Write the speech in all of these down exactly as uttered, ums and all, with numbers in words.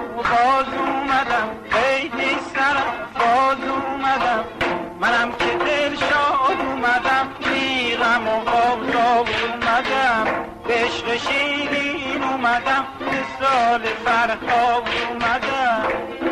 باز اومدم قیدی سرم باز اومدم منم که دل شاد اومدم میغم و آفتاب اومدم به عشق شیرین اومدم به سال فرخاب اومدم.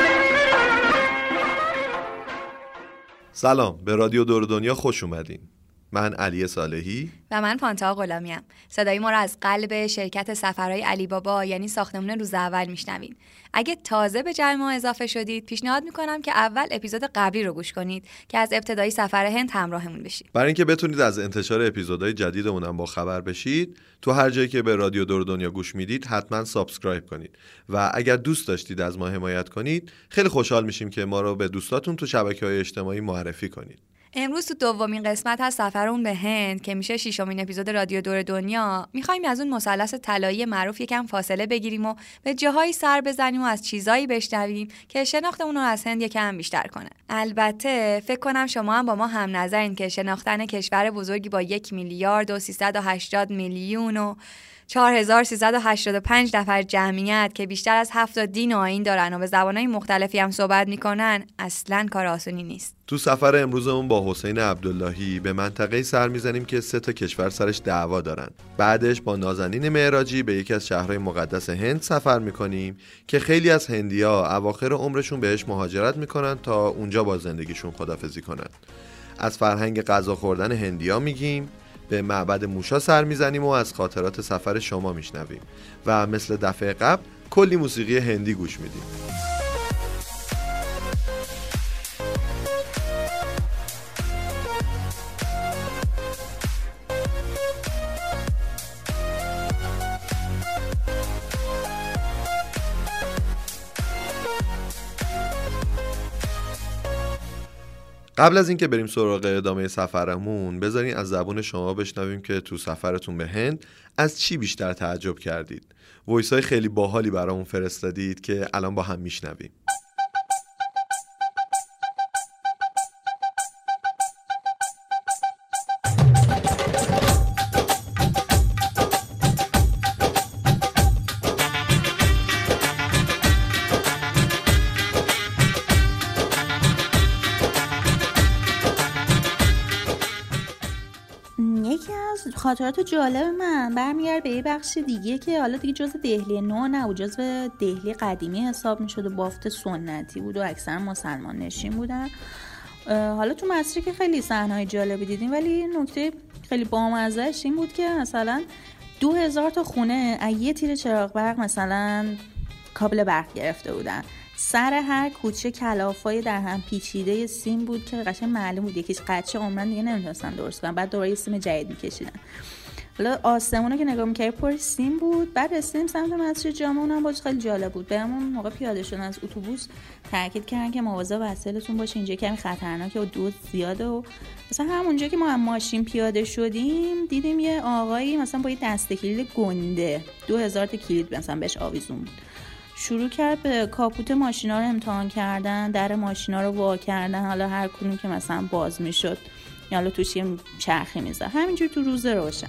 سلام، به رادیو دور دنیا خوش اومدین. من علی صالحی و من فانتا غلامیم. صدای ما رو از قلب شرکت سفرهای علی بابا یعنی ساختمون روز اول میشنوین. اگه تازه به جمع ما اضافه شدید پیشنهاد میکنم که اول اپیزود قبلی رو گوش کنید که از ابتدای سفر هند همراهمون بشید. برای اینکه بتونید از انتشار اپیزودهای جدیدمون هم با خبر بشید، تو هر جایی که به رادیو دور دنیا گوش میدید حتما سابسکرایب کنید و اگر دوست داشتید از ما حمایت کنید خیلی خوشحال میشیم که ما رو به دوستاتون تو شبکه‌های اجتماعی معرفی کنید. امروز تو دومین قسمت از سفرمون به هند که میشه ششمین اپیزود رادیو دور دنیا میخوایم از اون مثلث طلایی معروف یکم فاصله بگیریم و به جاهایی سر بزنیم و از چیزایی بشنویم که شناختمون رو از هند یکم بیشتر کنه. البته فکر کنم شما هم با ما هم نظرین که شناختن کشور بزرگی با یک میلیارد و سیصد و هشتاد میلیون و چهار هزار و سیصد و هشتاد و پنج نفر جمعیت که بیشتر از هفت دین و آیین دارن و به زبانهای مختلفی هم صحبت میکنن اصلاً کار آسونی نیست. تو سفر امروزمون با حسین عبداللهی به منطقه‌ای سر میزنیم که سه تا کشور سرش دعوا دارن. بعدش با نازنین معراجی به یکی از شهرهای مقدس هند سفر میکنیم که خیلی از هندی‌ها اواخر عمرشون بهش مهاجرت میکنن تا اونجا با زندگیشون خداحافظی کنن. از فرهنگ غذا خوردن هندی‌ها میگیم، به معبد موشا سر میزنیم و از خاطرات سفر شما میشنویم و مثل دفعه قبل کلی موسیقی هندی گوش میدیم. قبل از اینکه بریم سراغ ادامه سفرمون بذارین از زبون شما بشنویم که تو سفرتون به هند از چی بیشتر تعجب کردید. وایسای خیلی باحالی برامون فرستادید که الان با هم میشنویم. خاطرات جالب من برمیگرده به یه بخش دیگه که حالا دیگه جزء دهلی نو نبود، جزء دهلی قدیمی حساب میشد و بافت سنتی بود و اکثر مسلمان نشین بودن. حالا تو مصری که خیلی صحنه‌های جالبی دیدیم، ولی نکته خیلی بامزه‌اش این بود که مثلا دو هزار تا خونه از یه تیر چراغ برق مثلا کابل برق گرفته بودن. سر هر کوچه کلافای در هم پیچیده سیم بود که قشنگ معلوم بود یکیش قچه عمرن دیگه نمیتونستن درست کنن، بعد دوباره یه سیم جدید میکشیدن. حالا آسمونو که نگاه می‌کردی پر سیم بود. بعد رسیدیم سمت مسجد جامع، اونم باز خیلی جالب بود. بهمون موقع پیاده شدن از اتوبوس تاکید کردن که مواظب وسایلتون باشین، اینجا کمی خطرناکه و دزد زیاده. و مثلا همونجا که ما هم ماشین پیاده شدیم دیدیم یه آقایی مثلا با یه دسته کلید گنده دو هزار تا کلید مثلا بهش آویزون بود، شروع کرد به کاپوت ماشینا رو امتحان کردن، در ماشینا رو وا کردن، حالا هر کدوم که مثلا باز میشد یا حالا توش یه چرخی میذاره، همینجور تو روز روشن.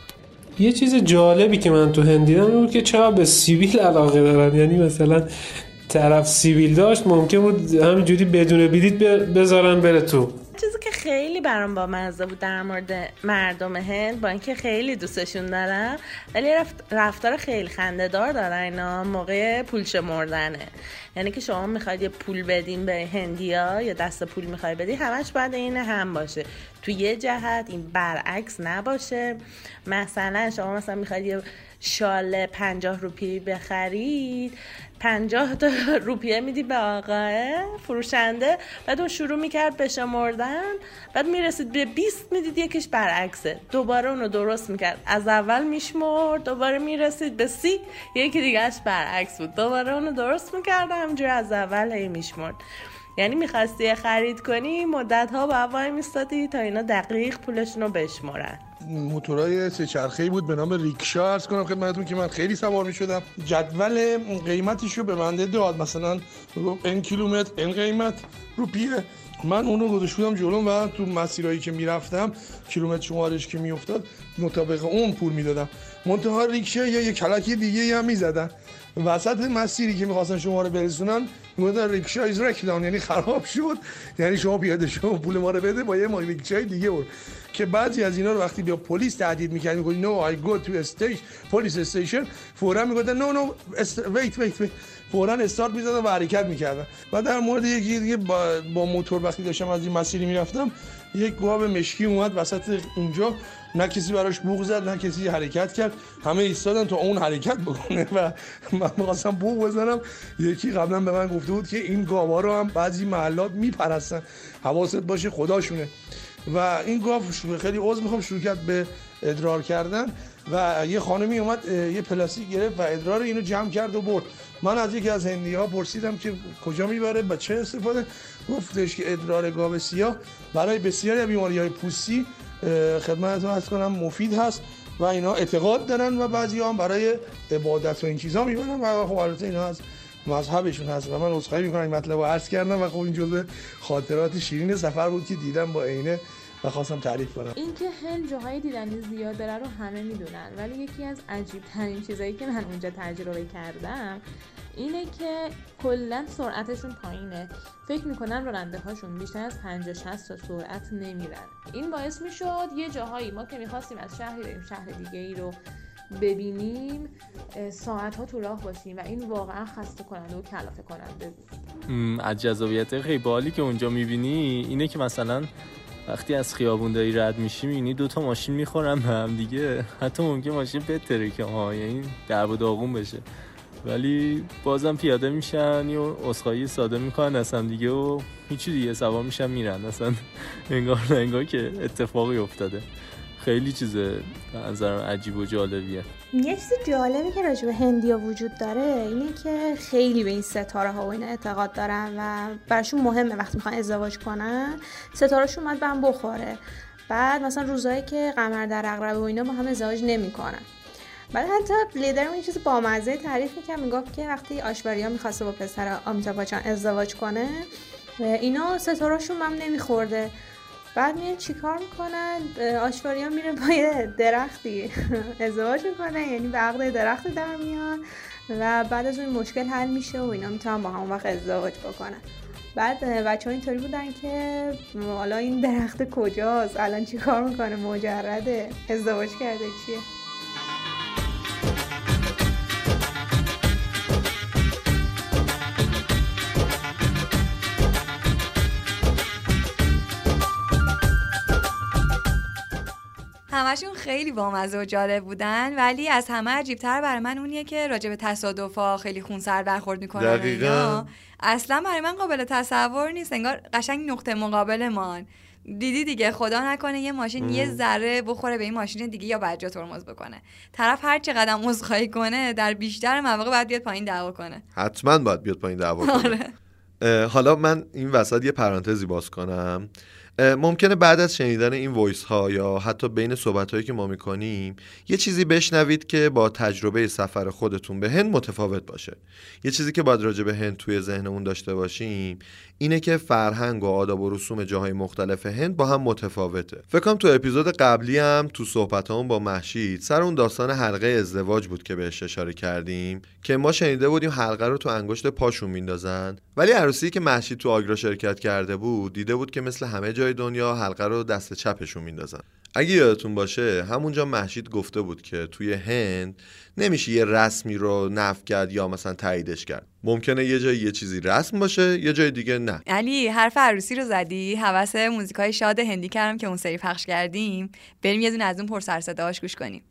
یه چیز جالبی که من تو هند دیدم بود که چقدر به سیبیل علاقه دارن. یعنی مثلا طرف سیبیل داشت ممکن بود همینجوری بدون بلیط بذارن بره تو. چیزی که خیلی برام بامزه بود در مورد مردم هند، با اینکه خیلی دوستشون دارم ولی رفتار خیلی خنده‌دار دارن اینا موقع پول شمردنه. یعنی که شما میخواید یه پول بدین به هندیا یا دست پول میخوای بدی، همش باید این هم باشه، تو یه جهت این برعکس نباشه. مثلا شما مثلا میخواید یه شال پنجاه روپیه بخرید، پنجاه تا روپیه میدی به آقای فروشنده، بعد اون شروع میکرد به شمردن، بعد میرسید به بیست میدید یکیش برعکسه، دوباره اونو درست میکرد، از اول میشمرد، دوباره میرسید به سی یکی دیگهش برعکس بود، دوباره اونو درست میکرد، همجور از اول هی میشمرد. یعنی میخواستی خرید کنی مدت ها با وای میستادی تا اینا دقیق پولشونو بشمارن. موتورای سه چرخه‌ای بود به نام ریکشا، عرض کنم خدمتتون که من خیلی سوار می‌شدم. جدول قیمتیشو به بنده داد، مثلا این کیلومتر این قیمت روپیه، من اونو گذاشتم جلوم و تو مسیرایی که میرفتم کیلومتر شمارش که میافتاد مطابق اون پول میدادم. منتها ریکشا یا یه کلکی دیگه هم میزدن. وسط مسیری که می‌خواستن شما رو برسونن میگفتن ریکشا ایز رکدان، یعنی خراب شد، یعنی شما پیاده شو پول ما رو بده با یه ما ریکشای دیگه برو. که بعضی از اینا رو وقتی بیا پلیس تهدید می‌کرد میگفت نو آی گو تو استیشن پلیس استیشن، فورا میگفتن نو نو ویت ویت ویت، فورا استارت می‌زدن و حرکت می‌کردن. و در مورد یکی دیگه با, با موتور وقتی داشتم از این مسیری میرفتم، یک گاو مشکی اومد وسط اونجا، نه کسی براش بوق زد نه کسی حرکت کرد، همه ایستادن تا اون حرکت بکنه و من می‌خواستم بوق بزنم. یکی قبلا به من گفته بود که این گاوا رو هم بعضی محلات میپرستن، حواست باشه خداشونه. و این گاو خیلی عضو میخوام شروع کرد به ادرار کردن و یه خانمی اومد یه پلاستیک گرفت و ادرار اینو جمع کرد و برد. من از یکی از هندی‌ها پرسیدم که کجا میبره با چه استفاده، گفتش که ادرار گاو سیاه برای بسیاری از بیماری‌های پوستی خدمتتون عرض کنم مفید هست و اینا اعتقاد دارن و بعضی‌ها هم برای عبادت و این چیزا میبرن و خب البته اینا از مذهبشون هست و من عذرخواهی می‌کنم این مطلب رو عرض کردم و خب این جزء خاطرات شیرین سفر بود که دیدم با عینه و خواستم تعریف کنم. این که هند جاهای دیدنی زیاد داره رو همه میدونن، ولی یکی از عجیب ترین چیزایی که من اونجا تجربه کردم اینه که کلا سرعتشون پایینه. فکر میکنن راننده هاشون بیشتر از پنجاه شصت تا سرعت نمیرن. این باعث میشد یه جاهایی ما که میخواستیم از شهری بریم شهر دیگه ای رو ببینیم ساعت ها تو راه باشیم و این واقعا خسته کننده و کلافه کننده بود. از جذابیت خیلی بالی که اونجا میبینی اینه که مثلا وقتی از خیابون داری رد میشی میبینی دوتا ماشین میخورن به هم دیگه، حتی ممکن ماشین بترکه ها، یعنی درب و داغون بشه، ولی بازم پیاده میشن یا عذرخواهی ساده میکنن از هم دیگه و هیچی دیگه، سوار میشن میرن، اصلا انگار نه انگار که اتفاقی افتاده. خیلی چیز به نظرم عجیب و جالبیه. یه چیز جالبی که راجع به هندیا وجود داره اینه که خیلی به این ستاره ها و اینا اعتقاد دارن و براشون مهمه وقتی میخوان ازدواج کنن ستاره‌شون اومد به هم بخوره. بعد مثلا روزایی که قمر در عقرب و اینا با هم ازدواج نمیکنن. بعد حتی لیدرمون یه چیز بامزه تعریف می‌کرد، میگفت که وقتی آشوریا می‌خواسته با پسر امیتاب بچن ازدواج کنه اینا ستاره‌شون هم نمیخورده. بعد میرن چیکار میکنن؟ آشوریا میره با یه درختی ازدواج میکنه، یعنی به عقد درخت در میان و بعد از اون مشکل حل میشه و اینا میتونن با همون وقت ازدواج بکنن. بعد بچه ها اینطوری بودن که حالا این درخت کجاست، الان چیکار میکنه، مجرده، ازدواج کرده چیه؟ همشون خیلی بامزه و جالب بودن، ولی از همه عجیب‌تر برای من اونیه که راجع به تصادفا خیلی خونسر برخورد میکنن. دقیقاً. اصلا برای من قابل تصور نیست، انگار قشنگ نقطه مقابلمان. دیدی دیگه، خدا نکنه یه ماشین ام. یه ذره بخوره به این ماشین دیگه یا بعد جا ترمز بکنه، طرف هر چه قدم عذرخواهی کنه در بیشتر مواقع باید بیاد پایین دعوا کنه. حتما باید بیاد پایین دعوا کنه. آره. حالا من این وسط یه پرانتزی باز کنم. ممکنه بعد از شنیدن این وایس ها یا حتی بین صحبت هایی که ما میکنیم یه چیزی بشنوید که با تجربه سفر خودتون به هند متفاوت باشه. یه چیزی که باید راجع به هند توی ذهنمون داشته باشیم اینه که فرهنگ و آداب و رسوم جاهای مختلف هند با هم متفاوته. فکر کنم تو اپیزود قبلی هم تو صحبتامون با مهشید سر اون داستان حلقه ازدواج بود که بهش اشاره کردیم که ما شنیده بودیم حلقه رو تو انگشت پاشون میندازن، ولی عروسی که مهشید تو آگرا شرکت کرده بود دیده بود که مثل همه جای دنیا حلقه رو دست چپشون میندازن. اگه یادتون باشه همونجا مهشید گفته بود که توی هند نمیشه یه رسمی رو نفی کرد یا مثلا تاییدش کرد. ممکنه یه جای یه چیزی رسم باشه یه جای دیگه نه. علی حرف عروسی رو زدی، حوث موزیکای شاد هندی کردم که اون سری پخش کردیم، بریم یه دونه از اون پر سر صداهاش گوش کنیم.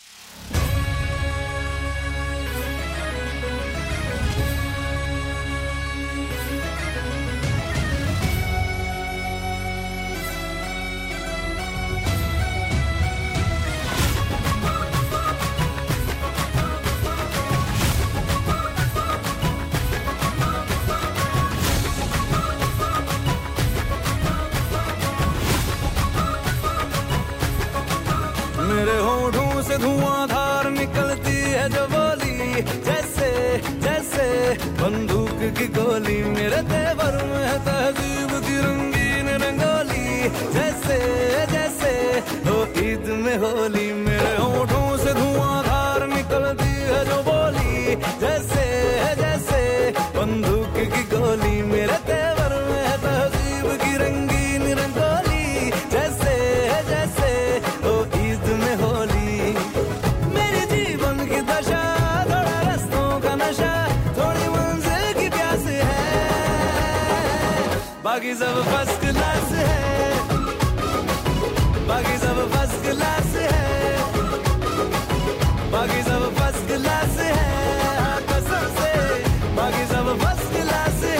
मेरे होठों से धुआंधार निकलती है जो बोली, जैसे जैसे बंदूक की गोली, मेरे तेवर में है तहजीब की रंगीन रंगोली, जैसे जैसे हो ईद में होली। मेरे होठों से धुआंधार निकलती है जो बोली, जैसे बाकी सब फर्स्ट क्लास है, बाकी सब फर्स्ट क्लास है, बाकी सब फर्स्ट क्लास है, कसम से बाकी सब फर्स्ट क्लास है।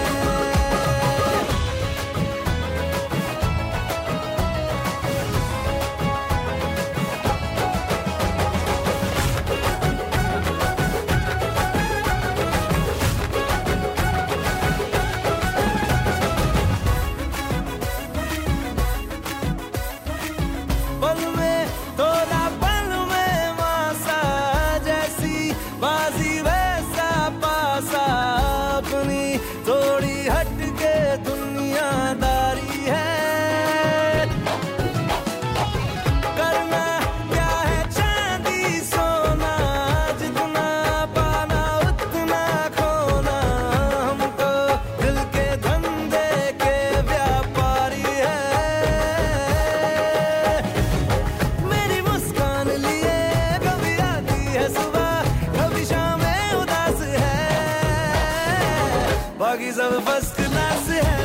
बाकी सब फर्स्ट क्लास है,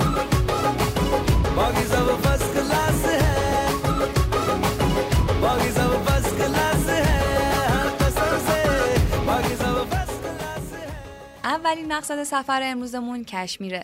बाकी सब फर्स्ट क्लास है, बाकी सब फर्स्ट क्लास है, कसम से बाकी सब फर्स्ट क्लास है. اولین مقصد سفر امروزمون کشمیره.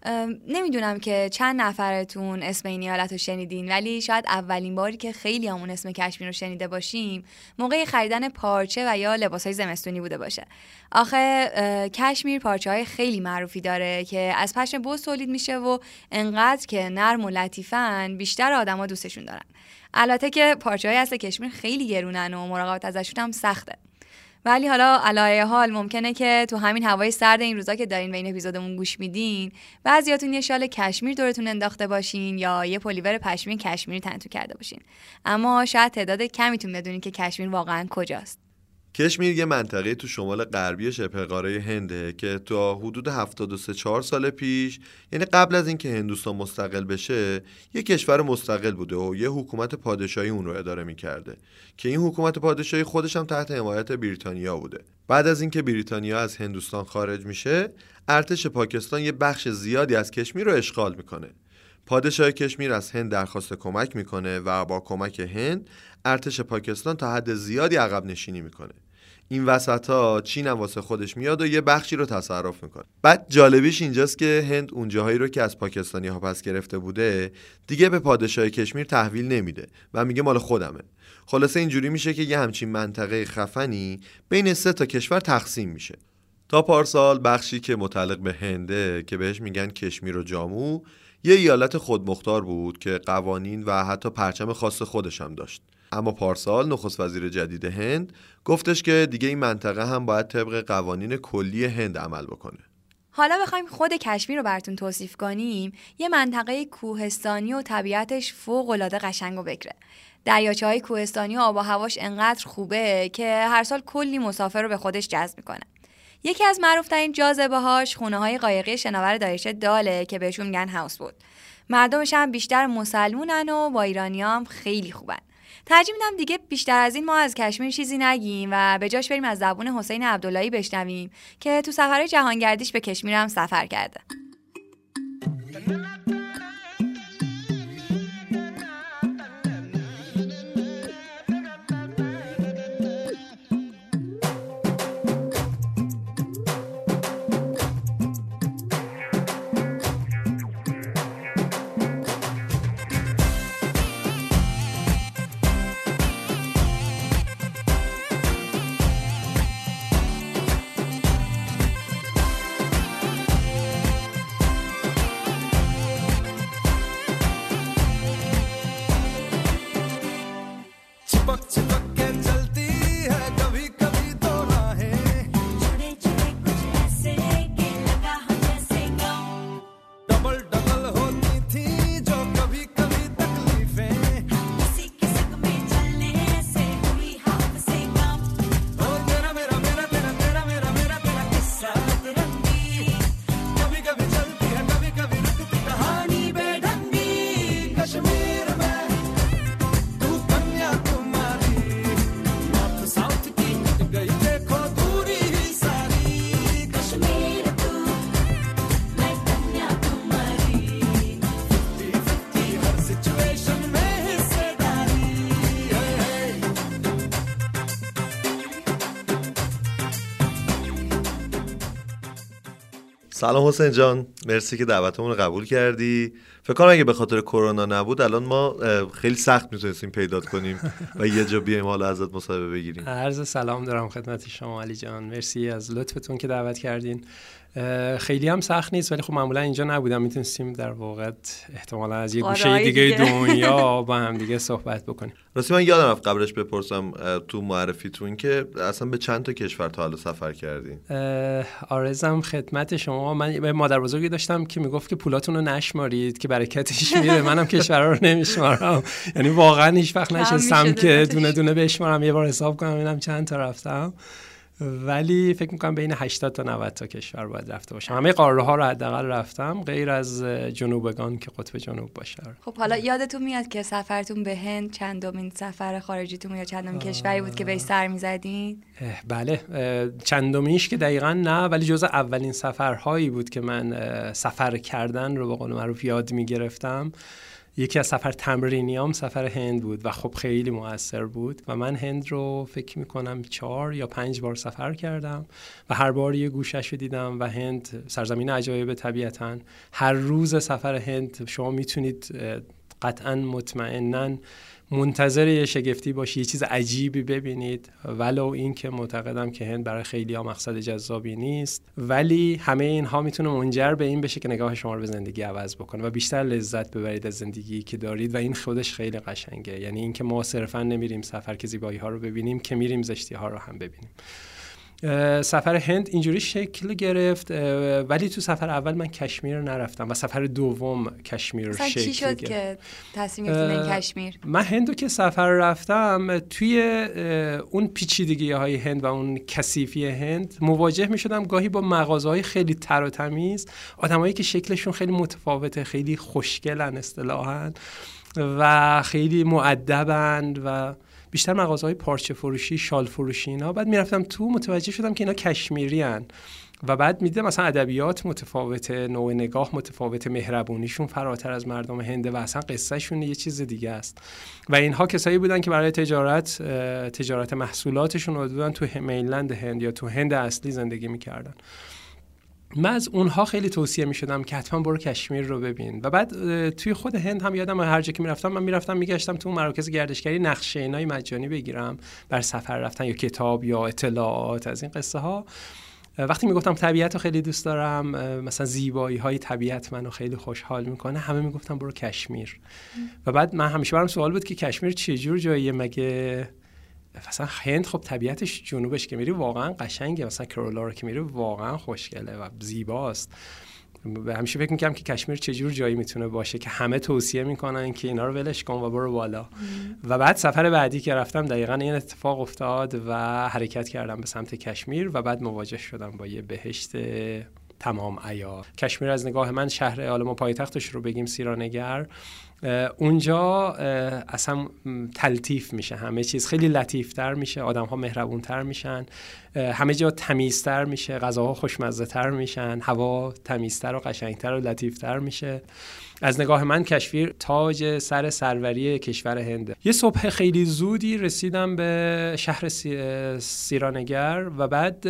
نمیدونم که چند نفرتون اسم این ایالت رو شنیدین، ولی شاید اولین باری که خیلی همون اسم کشمیر رو شنیده باشیم موقع خریدن پارچه و یا لباسای زمستونی بوده باشه. آخه کشمیر پارچه های خیلی معروفی داره که از پشم بز تولید میشه و انقدر که نرم و لطیفن بیشتر آدما دوستشون دارن. البته که پارچه های اصل کشمیر خیلی گرونن و مراقبت ازشون هم سخته. ولی حالا علایه حال ممکنه که تو همین هوای سرد این روزا که دارین به این اپیزودمون گوش میدین بعضیاتون یه شال کشمیر دورتون انداخته باشین یا یه پلیور پشمی کشمیری تنتو کرده باشین، اما شاید تعداد کمیتون بدونین که کشمیر واقعا کجاست. کشمیر یه منطقه تو شمال غربی شبه قاره هنده که تا حدود هفتاد و سه چهار سال پیش، یعنی قبل از اینکه هندوستان مستقل بشه، یه کشور مستقل بوده و یه حکومت پادشاهی اون رو اداره می‌کرده که این حکومت پادشاهی خودش هم تحت حمایت بریتانیا بوده. بعد از اینکه بریتانیا از هندوستان خارج میشه، ارتش پاکستان یه بخش زیادی از کشمیر رو اشغال میکنه. پادشاه کشمیر از هند درخواست کمک میکنه و با کمک هند ارتش پاکستان تا حد زیادی عقب نشینی میکنه. این وسطا چین هم واسه خودش میاد و یه بخشی رو تصرف میکنه. بعد جالبیش اینجاست که هند اون جاهایی رو که از پاکستانی ها پس گرفته بوده دیگه به پادشاه کشمیر تحویل نمیده و میگه مال خودمه. خلاصه اینجوری میشه که یه همچین منطقه خفنی بین سه تا کشور تقسیم میشه. تا پارسال بخشی که متعلق به هنده که بهش میگن کشمیر و جامو، یه ایالت خودمختار بود که قوانین و حتی پرچم خاص خودش هم داشت. اما پارسال نخست وزیر جدید هند گفتش که دیگه این منطقه هم باید طبق قوانین کلی هند عمل بکنه. حالا بخوایم خود کشمیر رو براتون توصیف کنیم، یه منطقه کوهستانی و طبیعتش فوق‌العاده قشنگ و بکره. دریاچه‌های کوهستانی و آب و هواش انقدر خوبه که هر سال کلی مسافر رو به خودش جذب میکنه. یکی از معروف‌ترین جاذبه‌هاش خونه‌های قایقی شناور دایره داله که بهشون میگن هاوس بوت. مردمش هم بیشتر مسلمونن و با ایرانی‌ها هم خیلی خوبن. ترجیح میدم دیگه بیشتر از این ما از کشمیر چیزی نگیم و به جاش بریم از زبون حسین عبداللهی بشنویم که تو سفرهای جهانگردیش به کشمیر هم سفر کرده. سلام حسین جان، مرسی که دعوتمون رو قبول کردی. فکر کنم اگه به خاطر کرونا نبود الان ما خیلی سخت میتونستیم پیدات کنیم و یه جا بیایم حالا ازت مصاحبه بگیریم. عرض سلام دارم خدمت شما علی جان، مرسی از لطفتون که دعوت کردین. خیلی هم سخت نیست ولی خب معمولا اینجا نبودم، میتونستیم در واقع احتمالا از یه گوشه دیگه دنیا با هم دیگه صحبت بکنیم. راستی من یادم رفت قبلش بپرسم تو معرفیتون که اصلا به چند تا کشور تا حالا سفر کردین؟ آرزم خدمت شما، من مادر بزرگی داشتم که میگفت که پولاتون رو نشمارید که برکتش میره. منم کشورها رو نمیشمارم، یعنی واقعا هیچ وقت نشستم که دونه دونه بشمارم، یه بار حساب کنم ببینم چند تا رفتم، ولی فکر میکنم بین هشتاد تا نود تا کشور باید رفته باشم. همه قاره ها رو حداقل رفتم غیر از جنوبگان که قطب جنوب باشه. خب حالا یادتون میاد که سفرتون به هند چندمین سفر خارجیتون یا چندمین کشوری بود که بهش سر میزدین؟ بله، چندمیش که دقیقاً نه، ولی جزء اولین سفرهایی بود که من سفر کردن رو به قول معروف یاد میگرفتم. یکی از سفر تمرینیام سفر هند بود و خب خیلی مؤثر بود و من هند رو فکر میکنم چهار یا پنج بار سفر کردم و هر بار یه گوشش رو دیدم و هند سرزمین عجایب طبیعتاً. هر روز سفر هند شما میتونید قطعاً مطمئناً منتظر یه شگفتی باشی، یه چیز عجیبی ببینید، ولو این که معتقدم که هند برای خیلی ها مقصد جذابی نیست، ولی همه اینها میتونه منجر به این بشه که نگاه شما رو به زندگی عوض بکنه و بیشتر لذت ببرید از زندگی که دارید و این خودش خیلی قشنگه. یعنی این که ما صرفا نمیریم سفر که زیبایی ها رو ببینیم، که میریم زشتی ها رو هم ببینیم. سفر هند اینجوری شکل گرفت، ولی تو سفر اول من کشمیر نرفتم و سفر دوم کشمیر شکل گرفت. چی شد که تصمیم گرفتین این کشمیر؟ من هندو که سفر رفتم توی اون پیچیدگی های هند و اون کثیفی هند مواجه می شدم گاهی با مغازه‌های خیلی تر و تمیز، آدمایی که شکلشون خیلی متفاوته، خیلی خوشگلن اصطلاحاً و خیلی مؤدبن و بیشتر مغازه‌های پارچه فروشی، شال فروشی اینا. بعد میرفتم تو متوجه شدم که اینا کشمیری ان و بعد میدیدم مثلا ادبیات متفاوته، نوع نگاه متفاوته، مهربونیشون فراتر از مردم هنده و اصلا قصهشون یه چیز دیگه است. و اینها کسایی بودن که برای تجارت تجارت محصولاتشون رو دادن تو مینلند هند یا تو هند اصلی زندگی میکردن. من از اونها خیلی توصیه میشدم که حتما برو کشمیر رو ببین. و بعد توی خود هند هم یادم هر جا که میرفتم من میرفتم میگشتم تو مراکز گردشگری نقشه اینای مجانی بگیرم بر سفر رفتن یا کتاب یا اطلاعات از این قصه ها. وقتی میگفتم طبیعت رو خیلی دوست دارم، مثلا زیبایی های طبیعت منو خیلی خوشحال میکنه، همه میگفتم برو کشمیر. و بعد من همیشه برام سوال بود که کشمیر چه جور جاییه؟ مگه مثلا هند خب طبیعتش جنوبش که میری واقعا قشنگه، مثلا کرولا رو که میری واقعا خوشگله و زیباست. همیشه فکر میکنم که کشمیر چه جور جایی میتونه باشه که همه توصیه میکنن که اینا رو ولش کن و برو بالا. و بعد سفر بعدی که رفتم دقیقاً این اتفاق افتاد و حرکت کردم به سمت کشمیر و بعد مواجه شدم با یه بهشت تمام عیار. کشمیر از نگاه من شهر، حالا ما پایتختش رو بگیم سیرانگر، اونجا اصلا تلطیف میشه، همه چیز خیلی لطیفتر میشه، آدم ها مهربونتر میشن، همه جا تمیزتر میشه، غذاها خوشمزه تر میشن، هوا تمیزتر و قشنگتر و لطیفتر میشه. از نگاه من کشمیر تاج سر سروری کشور هنده. یه صبح خیلی زودی رسیدم به شهر سیرانگر و بعد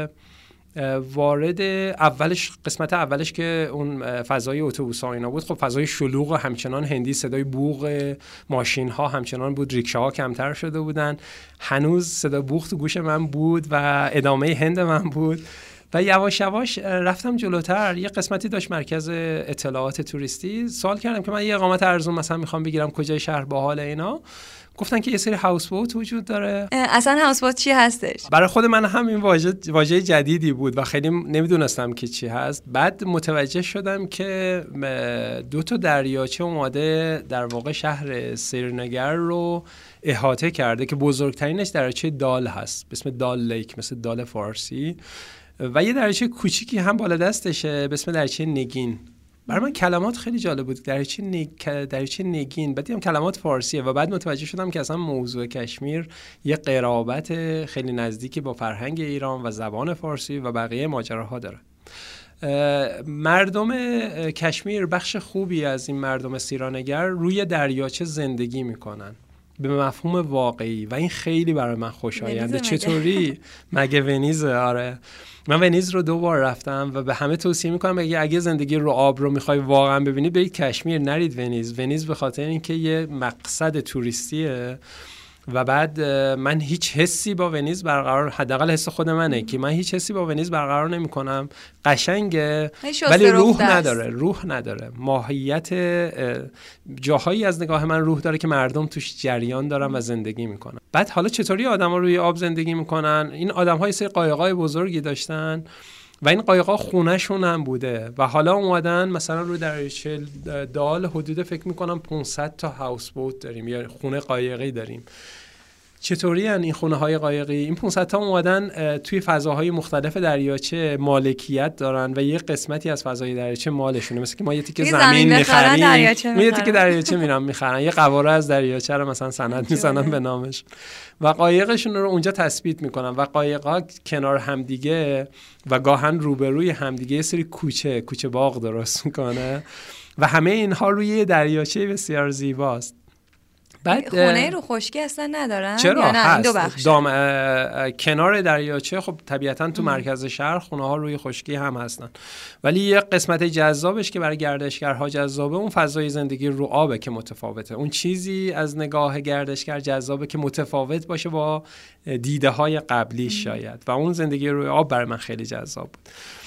وارد اولش قسمت اولش که اون فضای اتوبوس‌ها اینا بود، خب فضای شلوغ و همچنان هندی، صدای بوق ماشین‌ها همچنان بود، ریکشاها کمتر شده بودن، هنوز صدا بوق تو گوش من بود و ادامه هند من بود. و یواش یواش رفتم جلوتر، یه قسمتی داشت مرکز اطلاعات توریستی، سوال کردم که من یه اقامت ارزون مثلا میخوام بگیرم کجای شهر باحال اینا. گفتن که یه سری هاوس بوت وجود داره. اصلا هاوس بوت چی هستش؟ برای خود من هم این واژه واژه جدیدی بود و خیلی نمیدونستم که چی هست. بعد متوجه شدم که دو تا دریاچه اومده در واقع شهر سرینگر رو احاطه کرده که بزرگترینش دریاچه دال هست به اسم دال لیک، مثل دال فارسی، و یه دریاچه کوچیکی هم بالا دستشه به اسم دریاچه نگین. برای من کلمات خیلی جالب بود، دریاچه نگ... دریاچه نگین، بعد دیدم کلمات فارسیه و بعد متوجه شدم که اصلا موضوع کشمیر یه قرابت خیلی نزدیکی با فرهنگ ایران و زبان فارسی و بقیه ماجراها داره. مردم کشمیر، بخش خوبی از این مردم سیرانگر روی دریاچه زندگی میکنن به مفهوم واقعی و این خیلی برای من خوشاینده. چطوری؟ مگه ونیزه؟ آره من ونیز رو دو بار رفتم و به همه توصیه میکنم اگه اگه زندگی رو آب رو میخوای واقعا ببینید برید کشمیر، نرید ونیز. ونیز به خاطر اینکه یه مقصد توریستیه و بعد من هیچ حسی با ونیز برقرار، حداقل حس خود منه که من هیچ حسی با ونیز برقرار نمیکنم. قشنگه ولی روح نداره، روح نداره. ماهیت جاهایی از نگاه من روح داره که مردم توش جریان دارن و زندگی میکنن. بعد حالا چطوری آدما روی آب زندگی میکنن؟ این آدم‌ها یه سری قایقای بزرگی داشتن و این قایقا خونه‌شون هم بوده و حالا اومدن مثلا روی دریاچه دال حدود فکر میکنم پانصد تا هاوس بوت داریم یا خونه قایقی داریم. چطوری ان این خونه های قایقی؟ این پانصد تا اومدن توی فضاهای مختلف دریاچه مالکیت دارن و یه قسمتی از فضای دریاچه مالشونه. مثل که ما یه تیکه زمین می‌خریم، یه تیکه دریاچه میرن می‌خرن، یه قواره از دریاچه رو مثلا سند می‌زنن به نامش و قایقشون رو اونجا تثبیت میکنن و قایق‌ها کنار همدیگه و گاهن روبروی همدیگه یه سری کوچه کوچه باغ درست میکنه و همه اینها روی دریاچه بسیار زیباست. بعد خونه رو خشکی اصلا ندارن؟ چرا؟ یا نه هست. این دو بخش دام... کنار دریاچه خب طبیعتاً تو مرکز شهر خونه ها روی خشکی هم هستن، ولی یه قسمت جذابش که برای گردشگرها جذابه اون فضای زندگی رو آبه که متفاوته. اون چیزی از نگاه گردشگر جذابه که متفاوت باشه با دیده های قبلی شاید و اون زندگی روی آب برای من خیلی جذاب بود.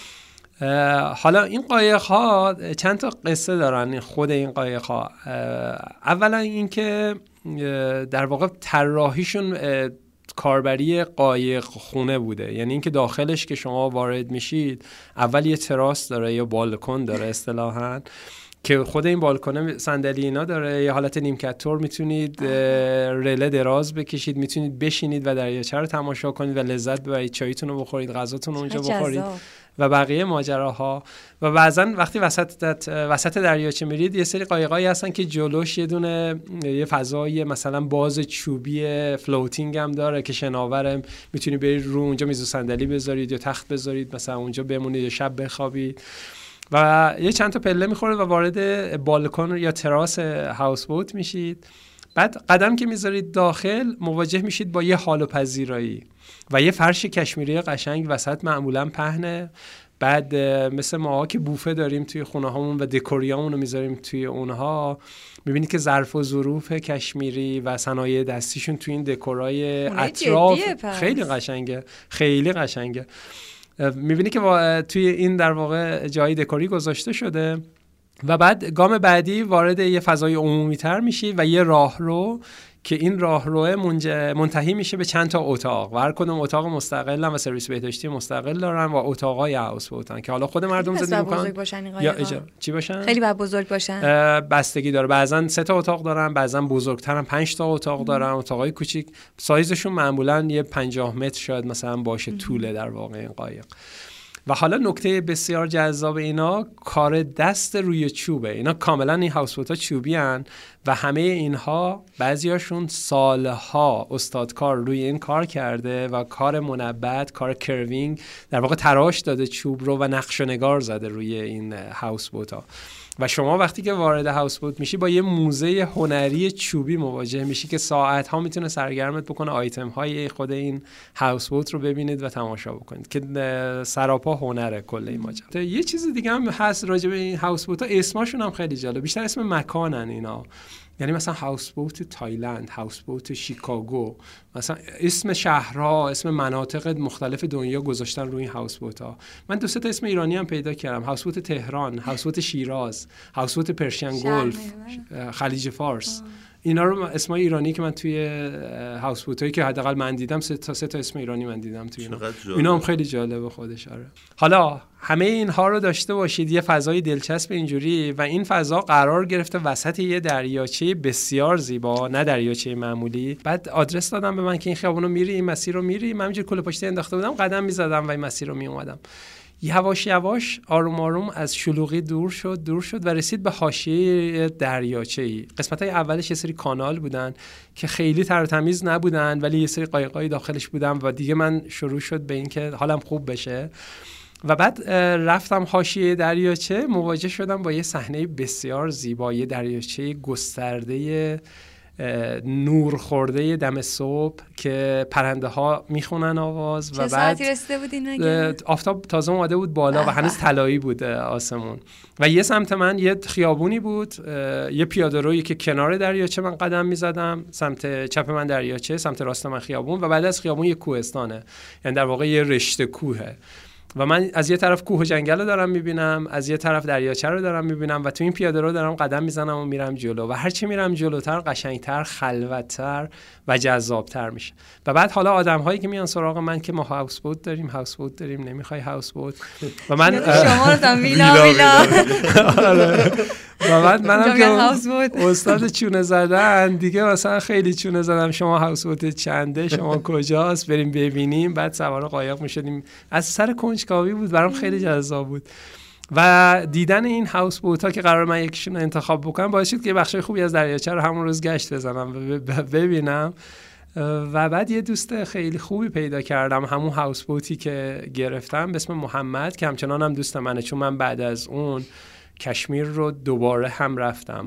حالا این قایق ها چند تا قصه دارن خود این قایق ها. اولا این که در واقع طراحیشون کاربری قایق خونه بوده، یعنی اینکه داخلش که شما وارد میشید اول یه تراس داره یا بالکن داره اصطلاحاً که خود این بالکن صندلی اینا داره، یه حالت نیمکت طور میتونید رله دراز بکشید، میتونید بشینید و دریاچه رو تماشا کنید و لذت ببرید، چایتون رو بخورید، غذاتون رو اونجا بخورید و بقیه ماجراها. و بعضن وقتی وسط وسط دریاچه میرید یه سری قایقایی هستن که جلوش یه دونه یه فضای مثلا باز چوبی فلوتینگ هم داره که شناورم، میتونید برید رو اونجا میز و صندلی بذارید یا تخت بذارید مثلا اونجا بمونید یا شب بخوابید و یه چند تا پله میخورید و وارد بالکن یا تراس هاوس بوت میشید. بعد قدم که میذارید داخل مواجه میشید با یه حال و پذیرایی و یه فرش کشمیری قشنگ وسط معمولا پهنه. بعد مثل ماها که بوفه داریم توی خونه هامون و دکوریامون رو میذاریم توی اونها، میبینید که ظرف و ظروف کشمیری و صنایع دستیشون توی این دکورای اطراف خیلی قشنگه، خیلی قشنگه. میبینی که توی این در واقع جایی دکوری گذاشته شده و بعد گام بعدی وارد یه فضای عمومی تر میشی و یه راهرو که این راهرو منتهی میشه به چند تا اتاق و هر کدوم اتاق مستقلن و سرویس بهداشتی مستقل دارن و اتاقای هاوس بوتن که حالا خود مردم زندگی میکنن یا اجاره چی باشن؟ خیلی باید بزرگ باشن. بستگی داره، بعضن سه تا اتاق دارن، بعضن بزرگترن پنج تا اتاق دارن. اتاقای کوچیک سایزشون معمولا یه پنجاه متر شاید مثلا باشه طوله در واقع این قایق. و حالا نکته بسیار جذاب اینا کار دست روی چوبه. اینا کاملا این هاوس بوت ها چوبی هن و همه اینها بعضیاشون سالها استادکار روی این کار کرده و کار منبت، کار کروینگ در واقع تراش داده چوب رو و نقش و نگار زده روی این هاوس بوت ها. و شما وقتی که وارد هاوس بوت میشی با یه موزه هنری چوبی مواجه میشی که ساعت ها میتونه سرگرمت بکنه آیتم های خود این هاوس بوت رو ببینید و تماشا بکنید که سراپا هنره کل این ماجرا. یه چیز دیگه هم هست راجع به این هاوس بوت ها، اسمشون هم خیلی جالب، بیشتر اسم مکانن اینا. یعنی مثلا هاوس بوت تایلند، هاوس بوت شیکاگو، مثلا اسم شهرها، اسم مناطق مختلف دنیا گذاشتن روی این هاوس بوت ها. من دو سه تا اسم ایرانی هم پیدا کردم، هاوس بوت تهران، هاوس بوت شیراز، هاوس بوت پرشین گلف، خلیج فارس. آه. اینا رو اسمای ایرانی که من توی هاوس بوتایی که حداقل من دیدم سه تا سه تا اسم ایرانی من دیدم توی اینا. اینا هم خیلی جالبه خودش. آره. حالا همه اینها رو داشته باشید یه فضای دلچسب اینجوری و این فضا قرار گرفته وسط یه دریاچه بسیار زیبا، نه دریاچه معمولی. بعد آدرس دادم به من که این خیابونو میری، این مسیر رو میری. من همینجوری کله پشتی انداخته بودم، قدم میزدم و این مسیر رو میومدم. یواش یواش آروم آروم از شلوغی دور شد دور شد و رسید به حاشیه دریاچه‌ای. قسمت‌های اولش یه سری کانال بودن که خیلی تر و تمیز نبودن ولی یه سری قایقای داخلش بودن و دیگه من شروع شد به این که حالم خوب بشه و بعد رفتم حاشیه دریاچه، مواجه شدم با یه صحنه بسیار زیبا، یه دریاچه گسترده نور خورده دم صبح که پرنده ها میخونن آواز و چه بعد ساعتی رسیده بودین مگه؟ آفتاب تازه اومده بود بالا و هنوز طلایی بود آسمون و یه سمت من یه خیابونی بود، یه پیاده رویی که کنار دریاچه من قدم میزدم، سمت چپ من دریاچه، سمت راست من خیابون و بعد از خیابون یه کوهستانه، یعنی در واقع یه رشته کوهه و من از یه طرف کوه و جنگل رو دارم میبینم، از یه طرف دریاچه رو دارم میبینم و تو این پیاده رو دارم قدم میزنم و میرم جلو و هرچی میرم جلوتر قشنگتر، خلوتتر و جذابتر میشه. و بعد حالا آدم هایی که میان سراغ من که ما هاوس بوت داریم هاوس بوت داریم نمیخوای هاوس بوت و من شما رو ویلا ویلا و بعد منم که استاد چونه زدن دیگه مثلا خیلی چونه زدم شما هاوس بوت چنده، شما کجاست، بریم ببینیم. بعد سوار قایق میشدیم، از سر کنجکاوی بود برام خیلی جذاب بود و دیدن این هاوس بوت ها که قرار من یکیشون رو انتخاب بکنم باعث شد که بخشای خوبی از دریاچه رو همون روز گشت بزنم و ببینم و بعد یه دوست خیلی خوبی پیدا کردم، همون هاوس بوتی که گرفتم به اسم محمد که همچنان هم دوست منه، چون من بعد از اون کشمیر رو دوباره هم رفتم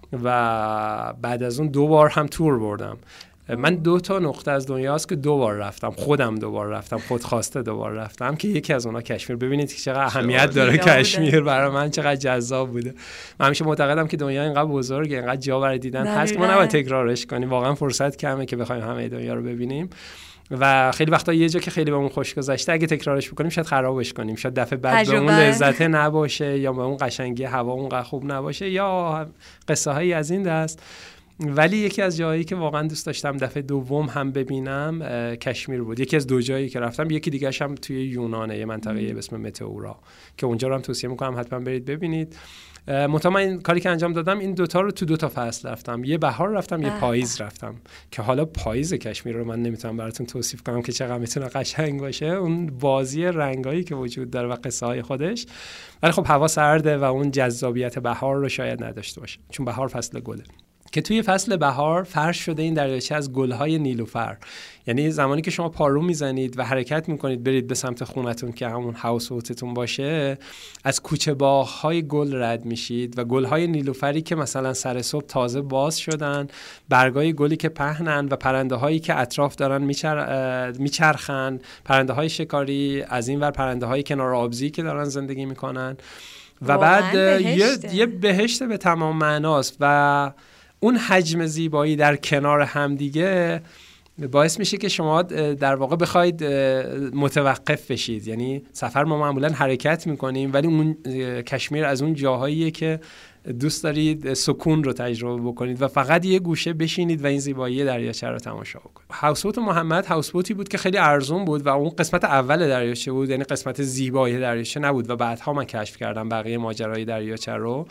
و بعد از اون دو بار هم تور بردم. من دو تا نقطه از دنیاست که دو بار رفتم، خودم دو بار رفتم، خودخواسته دو بار رفتم که یکی از اونها کشمیر. ببینید که چقدر اهمیت داره کشمیر برای من، چقدر جذاب بوده. من همیشه معتقدم که دنیا اینقدر بزرگه، اینقدر جا برای دیدن هست که ما نباید تکرارش کنیم، واقعا فرصت کمه که بخوایم همه دنیا رو ببینیم و خیلی وقتا یه جا که خیلی بهمون خوش گذشته اگه تکرارش بکنیم شاید خرابش کنیم، شاید دفعه بعد به اون لذت نباشه یا به اون قشنگی هوا اونقدر خوب نباشه یا قصه هایی از این دست. ولی یکی از جایی که واقعا دوست داشتم دفعه دوم هم ببینم کشمیر بود. یکی از دو جایی که رفتم، یکی دیگه‌ش هم توی یونانه، یه منطقه به اسم متئورا که اونجا رو هم توصیه میکنم حتما برید ببینید. مطمئن این کاری که انجام دادم این دوتا رو تو دوتا فصل رفتم، یه بهار رفتم یه پاییز رفتم که حالا پاییز کشمیر رو من نمیتونم براتون توصیف کنم که چقدر میتونه قشنگ باشه، اون بازی رنگایی که وجود داره و قصه های خودش، ولی خب هوا سرده و اون جذابیت بهار رو شاید نداشته باشه چون بهار فصل گله. که توی فصل بهار فرش شده این دریاچه از گل‌های نیلوفر، یعنی زمانی که شما پارو میزنید و حرکت میکنید برید به سمت خونتون که همون هاوس بوتتون باشه، از کوچه باغ‌های گل رد میشید و گل‌های نیلوفری که مثلا سر صبح تازه باز شدن، برگای گلی که پهنن و پرنده‌هایی که اطراف دارن میچر... میچرخن، پرنده‌های شکاری از این ور، پرنده‌های کنار آبزی که دارن زندگی میکنن و بعد یه یه بهشت به تمام معناست و اون حجم زیبایی در کنار هم دیگه باعث میشه که شما در واقع بخواید متوقف بشید. یعنی سفر ما معمولا حرکت میکنیم ولی اون کشمیر از اون جاهاییه که دوست دارید سکون رو تجربه بکنید و فقط یه گوشه بشینید و این زیبایی دریاچه رو تماشا بکنید. هاوس بوت محمد هاوس بوتی بود که خیلی ارزون بود و اون قسمت اول دریاچه بود، یعنی قسمت زیبایی دریاچه نبود و بعدها من کشف کردم بقیه ماجرای دریاچه رو.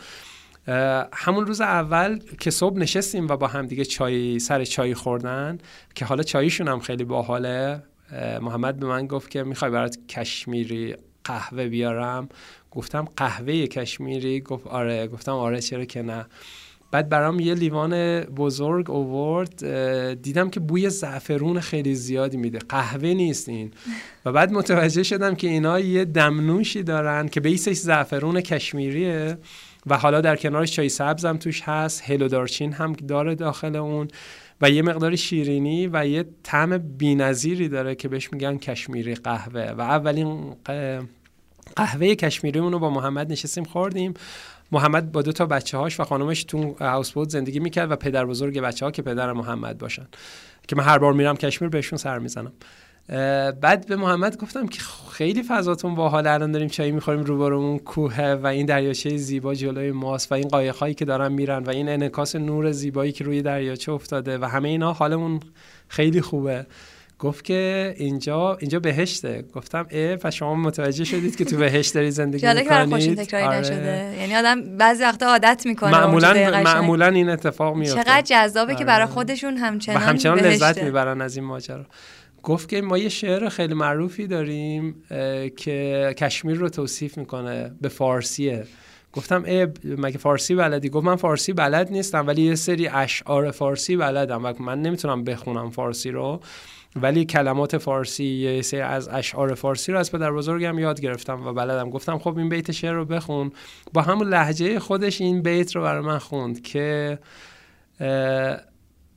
همون روز اول که صبح نشستیم و با هم دیگه چای سر چای خوردن که حالا چایشون هم خیلی باحاله، محمد به من گفت که میخوای برات کشمیری قهوه بیارم؟ گفتم قهوه کشمیری؟ گفت آره. گفتم آره چرا که نه. بعد برام یه لیوان بزرگ آورد، دیدم که بوی زعفرون خیلی زیادی میده، قهوه نیست این. و بعد متوجه شدم که اینا یه دمنوشی دارن که بیسش زعفرون کشمیریه و حالا در کنارش چای سبز هم توش هست، هل و دارچین هم داره داخل اون و یه مقدار شیرینی و یه طعم بی‌نظیری داره که بهش میگن کشمیری قهوه. و اولین قهوه کشمیریمون رو با محمد نشستیم خوردیم. محمد با دو تا بچه‌هاش و خانمش تو هاوس بوت زندگی میکرد و پدر بزرگ بچه‌ها که پدر محمد باشن که من هر بار میرم کشمیر بهشون سر میزنم. بعد به محمد گفتم که خیلی فضاتون باحال، الان داریم چای میخوریم روبرومون کوهه و این دریاچه زیبا جلوی ماست و این قایق‌هایی که دارن میرن و این انعکاس نور زیبایی که روی دریاچه افتاده و همه اینا حالمون خیلی خوبه. گفت که اینجا اینجا بهشته. گفتم اه پس شما متوجه شدید که تو بهشت داری زندگی می‌کنید؟ جالب که خوشین تکراری آره. نشده. یعنی آدم بعضی وقتا عادت میکنه معمولا معمولا این اتفاق میفته. چقدر جذابه آره. که برای خودشون همچنان همچنان لذت میبرن از این ماجرا. گفت که ما یه شعر خیلی معروفی داریم که کشمیر رو توصیف میکنه، به فارسیه. گفتم ای مگه فارسی بلدی؟ گفت من فارسی بلد نیستم ولی یه سری اشعار فارسی بلدم و من نمیتونم بخونم فارسی رو، ولی کلمات فارسی یه سری از اشعار فارسی رو از پدر بزرگم یاد گرفتم و بلدم. گفتم خب این بیت شعر رو بخون. با همون لهجه خودش این بیت رو برای من خوند که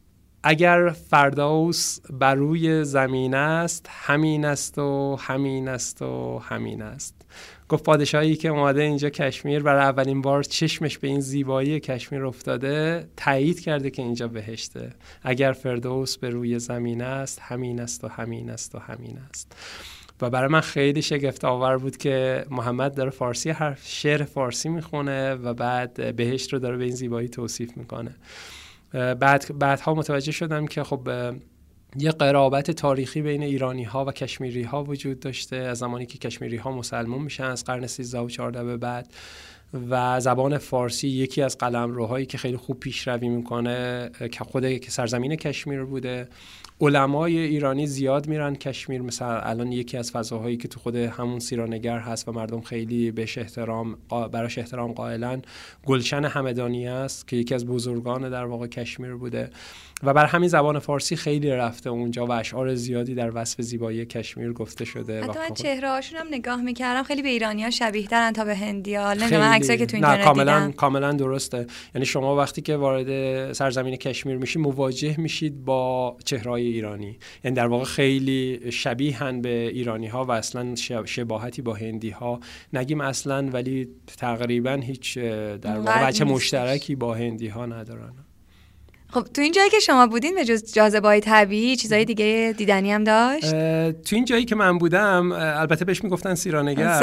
اگر فردوس بر روی زمین است، همین است و همین است و همین است. گفت پادشاهی که اومده اینجا کشمیر برای اولین بار چشمش به این زیبایی کشمیر افتاده، تایید کرده که اینجا بهشته. اگر فردوس به روی زمین است، همین است و همین است و همین است. و برای من خیلی شگفت آور بود که محمد داره فارسی حرف شعر فارسی میخونه و بعد بهشت رو داره به این زیبایی توصیف میکنه. بعد بعدها متوجه شدم که خب یه قرابت تاریخی بین ایرانی ها و کشمیری ها وجود داشته از زمانی که کشمیری ها مسلمان میشن از قرن سیزده و چهارده به بعد، و زبان فارسی یکی از قلمروهایی که خیلی خوب پیشروی میکنه که خود که سرزمین کشمیر بوده. علمای ایرانی زیاد میرن کشمیر، مثلا الان یکی از فضاهایی که تو خود همون سیرانگر هست و مردم خیلی بهش احترام براش احترام قائلن، گلشن همدانی است که یکی از بزرگان در واقع کشمیر بوده و بر همین زبان فارسی خیلی رفته اونجا و اشعار زیادی در وصف زیبایی کشمیر گفته شده. حتی من چهره‌هاشون هم نگاه می‌کردم خیلی به ایرانی‌ها شبیه‌ترن تا به هندی‌ها. نمی‌دونم عکسایی که تو اینترنت دیدم. کاملا کاملا درسته. یعنی شما وقتی که وارد سرزمین کشمیر میشید مواجه میشید با چهره‌های ایرانی، یعنی در واقع خیلی شبیهن به ایرانی‌ها و اصلا شباهتی با هندی‌ها نگیم اصلا، ولی تقریبا هیچ در واقع بچه مشترکی با هندی‌ها ندارن. خب تو این جایی که شما بودین به جز جاذبه‌های طبیعی چیزای دیگه دیدنی هم داشت؟ تو این جایی که من بودم البته بهش میگفتن سیرانگر.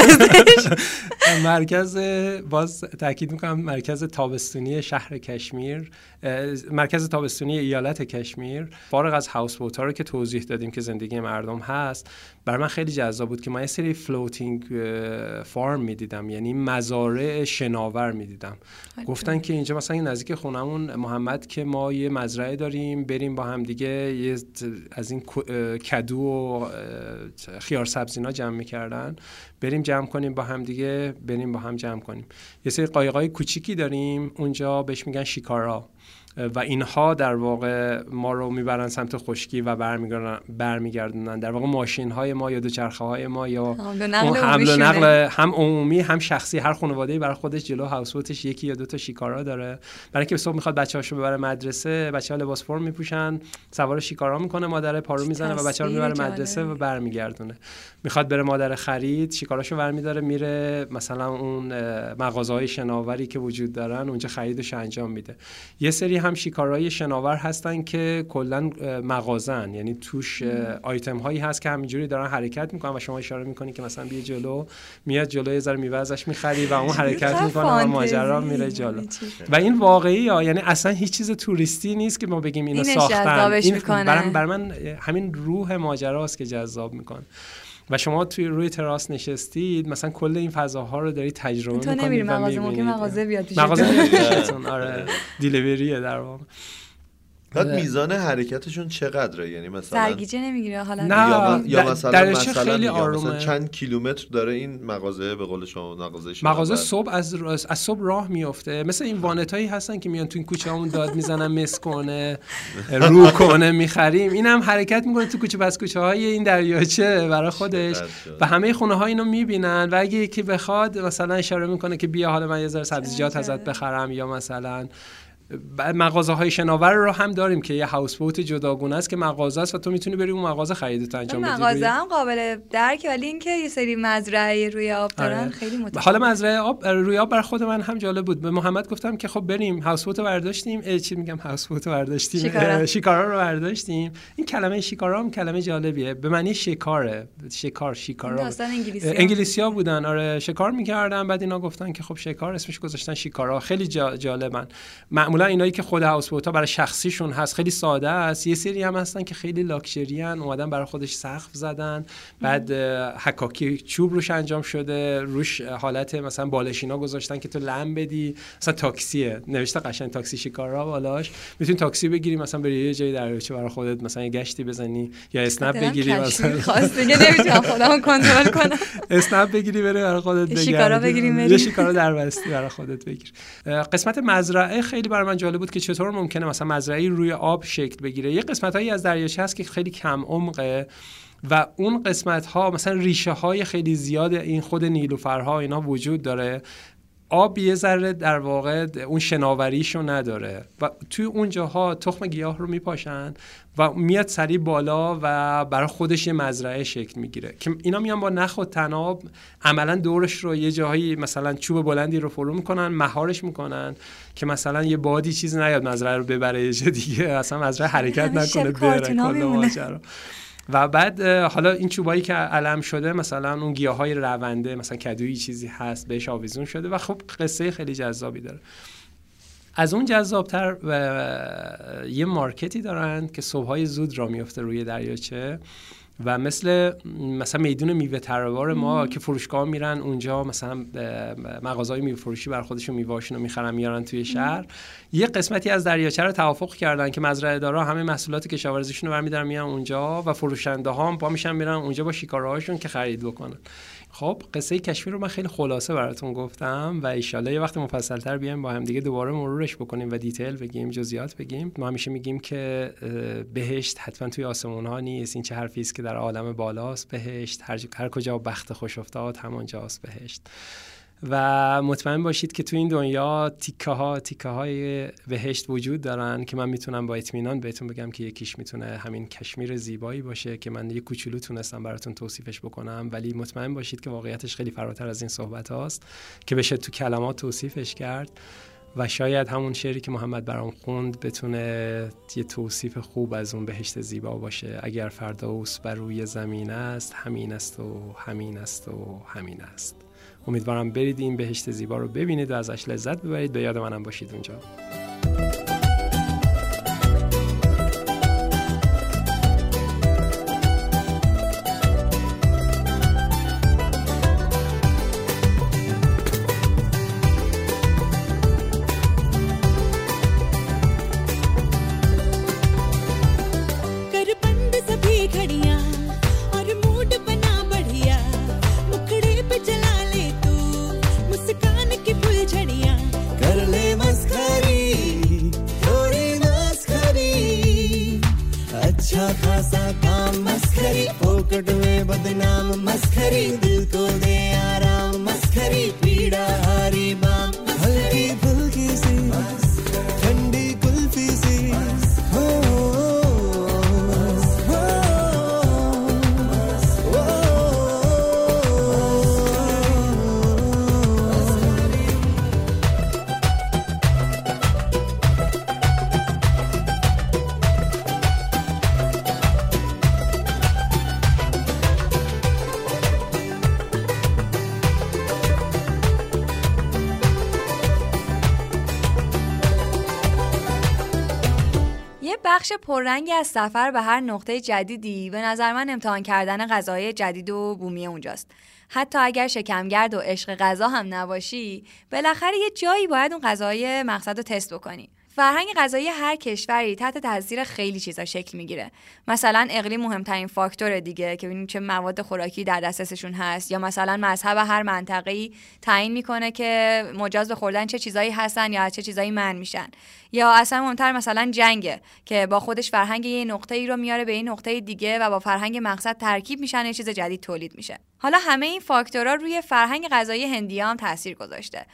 مرکز باز تاکید میکنم مرکز تابستونی شهر کشمیر، مرکز تابستونی ایالت کشمیر. فارغ از هاوس بوت ها رو که توضیح دادیم که زندگی مردم هست، برای من خیلی جذاب بود که من یه سری فلوتینگ فارم میدیدم، یعنی مزارع شناور میدیدم. گفتن که اینجا مثلا نزدیک خونمون محمد که ما یه مزرعه داریم، بریم با هم دیگه یه از این کدو و خیار سبزینا جمع میکردن، بریم جمع کنیم با هم دیگه، بریم با هم جمع کنیم. یه سری قایقای کوچیکی داریم اونجا بهش میگن شیکارا و اینها در واقع ما رو میبرن سمت خشکی و برمیگردن برمیگردونن در واقع ماشین های ما یا دوچرخه های ما یا حمل و نقل هم عمومی هم شخصی. هر خانواده‌ای برای خودش جلو هاوس بوتش یکی یا دو تا شیکارا داره، برای اینکه صبح میخواد بچه‌هاشو ببره مدرسه، بچه‌ها لباس فرم میپوشن، سوار شیکارا میکنه، مادر پارو میزنه و بچه‌ها رو میبره مدرسه و برمیگردونه. میخواد بره مادر خرید، شیکاراشو برمی‌داره میره مثلا اون مغازه‌های شناوری که وجود دارن اونجا خریدش انجام میده. یه سری هم شیکارای شناور هستن که کلا مغازن، یعنی توش آیتم هایی هست که همینجوری دارن حرکت میکنن و شما اشاره میکنی که مثلا بیا جلو، میاد جلو یه ذره میوه ازش میخری و اون حرکت میکنه و ماجرا میره جلو. و این واقعی ها، یعنی اصلا هیچ چیز توریستی نیست که ما بگیم اینو ساختن. این برای بر من همین روح ماجراست که جذاب میکنه. و شما توی روی تراس نشستید مثلا کل این فضاها رو داری تجربه می‌کنید. تو نمیری مغازه، ممکن مغازه بیاد پیشت. مغازه پیشتون. آره دیلیوریه در واقع. بعد میزان حرکتشون چقدره؟ یعنی مثلا سرگیجه نمیگیره حالا؟ نه یا مثلا مثلا خیلی آرومه. مثلا چند کیلومتر داره این مغازه به قول شما مغازه شما؟ مغازه صبح از از صبح راه میفته، مثل این وانتایی هستن که میان تو این کوچه‌مون داد میزنن مس کنه رو کنه میخریم، اینم حرکت میکنه تو کوچه بس کوچه‌های این دریاچه برای خودش و همه خونه‌ها اینو میبینن و اگه یکی بخواد مثلا اشاره میکنه که بیا حالا من یه ذره سبزیجات ازت بخرم، یا مثلا مغازه های شناور رو هم داریم که یه هاوس بوت جداگونه است که مغازه است و تو میتونی بری اون مغازه خریدت انجام بدی. مغازه هم قابل درک، ولی اینکه یه سری مزرعه روی آب دارن آره. خیلی متفاوته. حالا مزرعه آب روی آب بر خود من هم جالب بود. به محمد گفتم که خب بریم هاوس بوت رو برداشتیم، چی میگم هاوس بوت رو برداشتیم، شکارا. شکارا رو برداشتیم. این کلمه شکارا هم کلمه جالبیه، به معنی شکاره، شکار شکارا. داستان انگلیسی انگلیسی‌ها بودن آره، شکار می‌کردن، بعد اینا گفتن که خب شکار اسمش گذاشتن شکارا. خیلی جالبن. معمولا اینایی که خود هاوس بوت‌ها برای شخصیشون هست خیلی ساده است، یه سری هم هستن که خیلی لاکچری ان، اومدن برای خودش سقف زدن، بعد حکاکی چوب روش انجام شده، روش حالت مثلا بالشینا گذاشتن که تو لم بدی، مثلا تاکسیه نوشته قشنگ تاکسی شکارا بالاش، میتونی تاکسی بگیری مثلا بری یه جای دریاچه برای خودت مثلا یه گشتی بزنی یا اسنپ بگیری، مثلا خاص دیگه نمیتونم خودمو کنترل کنم، اسنپ بگیری بری برای خودت بگیری، شکارا بگیری یه شکارا دربستی برای خودت بگیر. قسمت مزرعه خیلی برای من جالب بود که چطور ممکنه مثلا مزرعه‌ای روی آب شکل بگیره. یه قسمت‌هایی از دریاچه هست که خیلی کم عمقه و اون قسمت‌ها مثلا ریشه‌های خیلی زیاد این خود نیلوفرها اینا وجود داره. آب یه ذره در واقع اون شناوریشو نداره و توی اونجاها تخم گیاه رو میپاشن و میاد سریع بالا و برای خودش یه مزرعه شکل میگیره که اینا میان با نخ و طناب عملا دورش رو یه جاهایی مثلا چوب بلندی رو فرو میکنن، مهارش میکنن که مثلا یه بادی چیز نیاد مزرعه رو ببره یه جا دیگه، اصلا مزرعه حرکت نکنه بره کل ماجرا. و بعد حالا این چوبایی که علم شده مثلا اون گیاهای رونده مثلا کدویی چیزی هست بهش آویزون شده و خب قصه خیلی جذابی داره. از اون جذابتر و یه مارکتی دارن که صبحای زود را میفته روی دریاچه و مثل مثلا میدون میوه تروار ما مم. که فروشگاه میرن اونجا مثلا مغازهای میوه فروشی بر خودشون میوهاشون رو میخرن میارن توی شهر مم. یه قسمتی از دریاچه رو توافق کردن که مزرعه دارا همه محصولات کشاورزیشون رو برمی‌دارن میان اونجا و فروشنده ها هم پا میشن میرن اونجا با شکارهاشون که خرید بکنن. خب قصه کشمیر رو من خیلی خلاصه براتون گفتم و ان شاءالله یه وقت مفصل‌تر بیایم با هم دیگه دوباره مرورش بکنیم و دیتیل بگیم، جزئیات بگیم. ما همیشه میگیم که بهشت حتما توی آسمون‌ها نیست، این چه حرفی است که در عالم بالاست بهشت، هر, هر کجا بخت خوش افتاد همانجاست بهشت. و مطمئن باشید که تو این دنیا تیکه ها تیکه های بهشت وجود دارن که من میتونم با اطمینان بهتون بگم که یکیش میتونه همین کشمیر زیبایی باشه که من یه کوچولو تونستم براتون توصیفش بکنم، ولی مطمئن باشید که واقعیتش خیلی فراتر از این صحبت هاست که بشه تو کلمات توصیفش کرد و شاید همون شعری که محمد برام خوند بتونه یه توصیف خوب از اون بهشت زیبا باشه. اگر فردوس بر روی زمین است همین است و همین است و همین است. امیدوارم برید این بهشت زیبا رو ببینید و ازش لذت ببرید. به یاد منم باشید اونجا. بخش پررنگی از سفر به هر نقطه جدیدی به نظر من امتحان کردن غذاهای جدید و بومی اونجاست. حتی اگر شکمگرد و عشق غذا هم نباشی، بالاخره یه جایی باید اون غذاهای مقصد رو تست بکنی. فرهنگ غذایی هر کشوری تحت تاثیر خیلی چیزا شکل میگیره. مثلا اقلیم مهمترین فاکتور دیگه که ببینیم چه مواد خوراکی در دسترسشون هست، یا مثلا مذهب هر منطقه‌ای تعیین میکنه که مجاز به خوردن چه چیزایی هستن یا چه چیزایی منع میشن، یا اصلا مهمتر مثلا جنگه که با خودش فرهنگ یه نقطه‌ای رو میاره به این نقطه دیگه و با فرهنگ مقصد ترکیب میشن، یه چیز جدید تولید میشه. حالا همه این فاکتورها روی فرهنگ غذایی هندی‌ها هم تاثیر گذاشته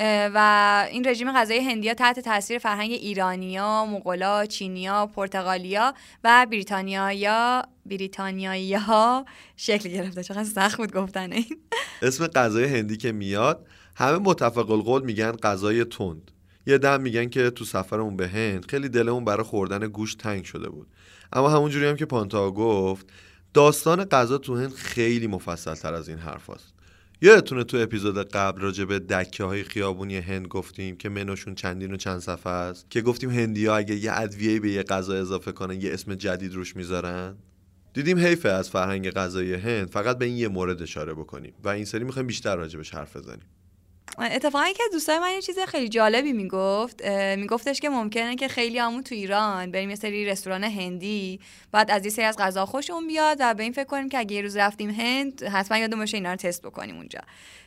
و این رژیم غذایی هندی‌ها تحت تاثیر فرهنگ ایرانی‌ها، مغول‌ها، چینی‌ها، پرتغالیا و بریتانیایی‌ها بریتانیایی‌ها شکل گرفته. چقدر سخت بود گفتن این اسم غذای هندی که میاد همه متفق القول میگن غذای تند. یه دم میگن که تو سفرمون به هند خیلی دلمون برای خوردن گوشت تنگ شده بود، اما همونجوری هم که پانتا گفت داستان غذا تو هند خیلی مفصل تر از این حرف هست. یادتونه تو اپیزود قبل راجع به دکه های خیابونی هند گفتیم که منوشون چندین و چند صفحه است، که گفتیم هندی‌ها اگه یه ادویه‌ای به یه غذا اضافه کنن یه اسم جدید روش میذارن. دیدیم حیفه از فرهنگ غذایی هند فقط به این یه مورد اشاره بکنیم و این سری میخوایم بیشتر راجعش حرف بزنیم. اتفاقا که دوستای من یه چیز خیلی جالبی میگفت میگفتش که ممکنه که خیلی همون تو ایران بریم یه سری رستوران هندی بعد از یه سری از غذا خوشمون بیاد و به این فکر کنیم که اگه یه روز رفتیم هند حتما یادمون باشه اینا رو تست بکنیم اونجا.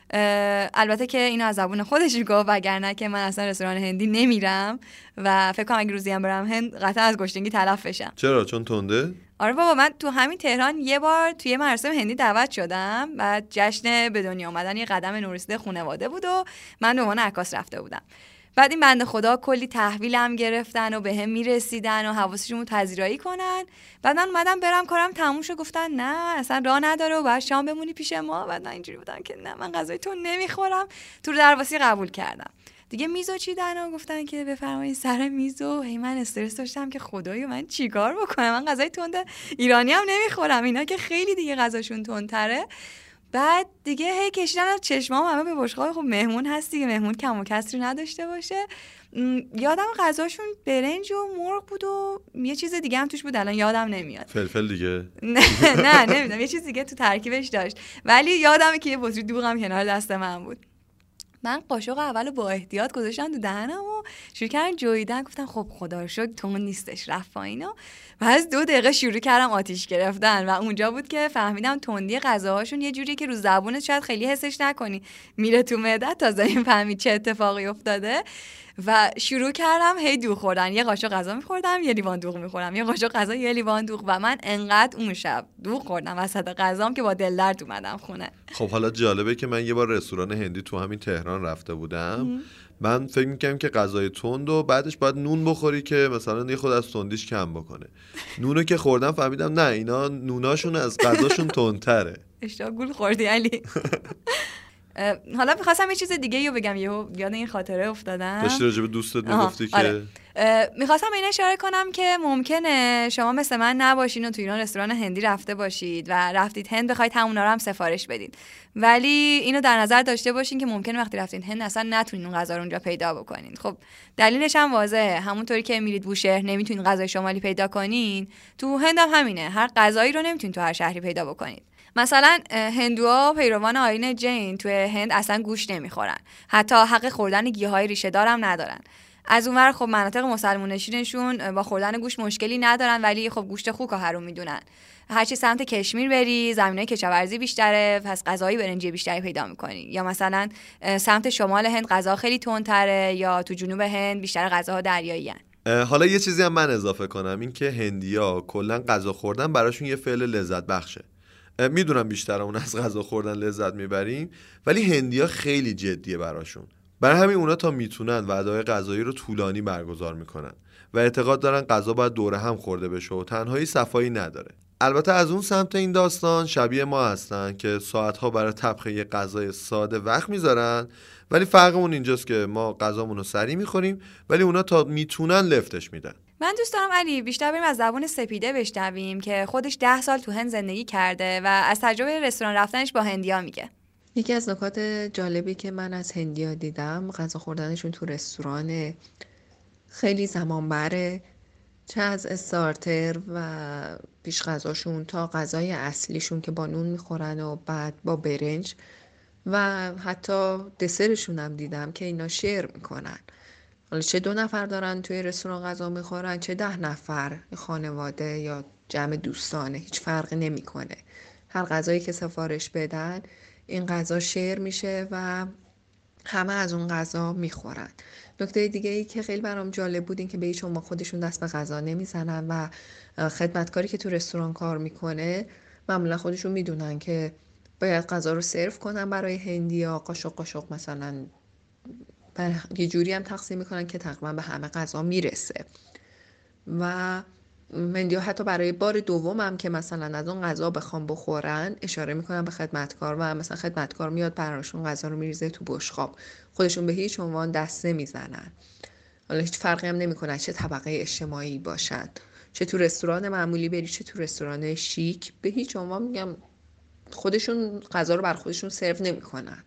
البته که اینو از زبون خودش میگفت، وگرنه که من اصلا رستوران هندی نمیرم و فکر کنم اگه روزی هم برم هند قطعا از گشنگی تلف بشم. چرا؟ چون تنده؟ آره بابا، من تو همین تهران یه بار توی مراسم هندی دعوت شدم و جشن به دنیا آمدن یه قدم نورسیده خانواده بود و من به عنوان عکاس رفته بودم. بعد این بنده خدا کلی تحویلم گرفتن و به هم میرسیدن و حواسشون پذیرایی کنن. بعد من اومدم برم کارم تموم شد، گفتن نه اصلا راه نداره و بعد شام بمونی پیش ما. بعد من اینجوری بودم که نه من غذای تو نمیخورم. تو درواسی قبول کردم. دیگه میزو چیدن و گفتن که بفرمایید سر میزو. هی من استرس داشتم که خدایا من چیکار بکنم، من غذای تند ایرانی هم نمیخورم، اینا که خیلی دیگه غذاشون تندتره. بعد دیگه هی کشیدن از چشمام همه به بشقاب. خب مهمون هست دیگه، مهمون کم و کسری نداشته باشه. یادم غذاشون برنج و مرغ بود و یه چیز دیگه هم توش بود، الان یادم نمیاد. فلفل دیگه؟ نه نه نمیدونم، یه چیز دیگه تو ترکیبش داشت، ولی یادمه که یه بطری دوغم کنار دست من بود. من قاشق اولو با احتیاط گذاشتم تو دهنم و شروع کردم جویدن. گفتم خب خدا رو شکر تون نیستش، رفت پایینا. و از دو دقیقه شروع کردم آتیش گرفتن و اونجا بود که فهمیدم تندی غذاهاشون یه جوریه که رو زبونت شاید خیلی حسش نکنی، میره تو معدت تا زمین فهمید چه اتفاقی افتاده. و شروع کردم هی دوغ خوردن، یه قاشق غذا می‌خوردم یه لیوان دوغ می‌خوردم، یه قاشق غذا یه لیوان دوغ. و من انقدر اون شب دوغ خوردم وسط غذام که با دل درد اومدم خونه. خب حالا جالبه که من یه بار رستوران هندی تو همین تهران رفته بودم. من فکر می‌کردم که غذای تند و بعدش باید نون بخوری که مثلا یه خود از تندیش کم بکنه. نونو که خوردم فهمیدم نه اینا نوناشون از غذاشون تندتره. اشتباه گول خوردی علی. حالا می‌خواستم یه چیز دیگه رو بگم، یهو یاد این خاطره افتادم. داشتی راجع به دوستت میگفتی که آره. میخواستم این اشاره کنم که ممکنه شما مثل من نباشین و تو ایران رستوران هندی رفته باشید و رفتید هند بخواید همونا رو هم سفارش بدید، ولی اینو در نظر داشته باشین که ممکنه وقتی رفتین هند اصلا نتونین اون غذا رو اونجا پیدا بکنین. خب دلیلش هم واضحه، همونطوری که میرید بوشهر نمیتونین غذای شمالی پیدا کنین، تو هند هم همینه، هر غذایی رو نمیتونین تو هر شهری پیدا بکنید. مثلا هندوها پیروان آیین جین توی هند اصلا گوشت نمیخورن، حتی حق خوردن گیاهای ریشه دار هم ندارن. از اونور خب مناطق مسلمان نشینشون با خوردن گوشت مشکلی ندارن، ولی خب گوشت خوک حروم میدونن. هرچی سمت کشمیر بری زمینای کشاورزی بیشتره، پس غذای برنجی بیشتری پیدا میکنی. یا مثلا سمت شمال هند غذا خیلی تندتره، یا تو جنوب هند بیشتر غذاها دریایی هن. حالا یه چیزی هم من اضافه کنم، این که هندیا کلا غذا خوردن براشون یه فعل لذت بخشه. میدونم بیشتر اون از غذا خوردن لذت میبریم، ولی هندیا خیلی جدیه براشون. برای همین اونا تا میتونن وعده‌های غذایی رو طولانی برگزار میکنن و اعتقاد دارن غذا باید دوره هم خورده بشه و تنهایی صفایی نداره. البته از اون سمت این داستان شبیه ما هستن که ساعتها برای طبخ یه غذای ساده وقت میذارن، ولی فرقمون اینجاست که ما غذامون رو سریع میخوریم ولی اونا تا میتونن لفتش میدن. من دوست دارم علی بیشتر بریم از زبان سپیده بشنویم که خودش ده سال تو هند زندگی کرده و از تجربه رستوران رفتنش با هندیا میگه. یکی از نکات جالبی که من از هندیا دیدم غذا خوردنشون تو رستوران خیلی زمان بره، چه از استارتر و پیش غذاشون تا غذای اصلیشون که با نون میخورن و بعد با برنج و حتی دسرشون هم دیدم که اینا شیر میکنن. حالا چه دو نفر دارن توی رستوران غذا میخورن چه ده نفر خانواده یا جمع دوستانه، هیچ فرقی نمیکنه. هر غذایی که سفارش بدن این غذا شیر میشه و همه از اون غذا میخورن. نکته دیگه ای که خیلی برام جالب بود این که به هیچ عنوان خودشون دست به غذا نمیزنن و خدمتکاری که تو رستوران کار میکنه معمولا خودشون میدونن که باید غذا رو سرو کنن برای هندیا، قاشق قاشق مثلا یه جوری هم تقسیم میکنن که تقریبا به همه غذا میرسه. و هندیا حتی برای بار دوم هم که مثلا از اون غذا بخوام بخورن اشاره میکنن به خدمتکار و مثلا خدمتکار میاد براشون غذا رو میریزه تو بشقاب، خودشون به هیچ عنوان دست نمیزنن. حالا هیچ فرقی هم نمیکنه چه طبقه اجتماعی باشن، چه تو رستوران معمولی بری چه تو رستوران شیک، به هیچ عنوان میگم خودشون غذا رو بر خودشون سرو نمیکنن.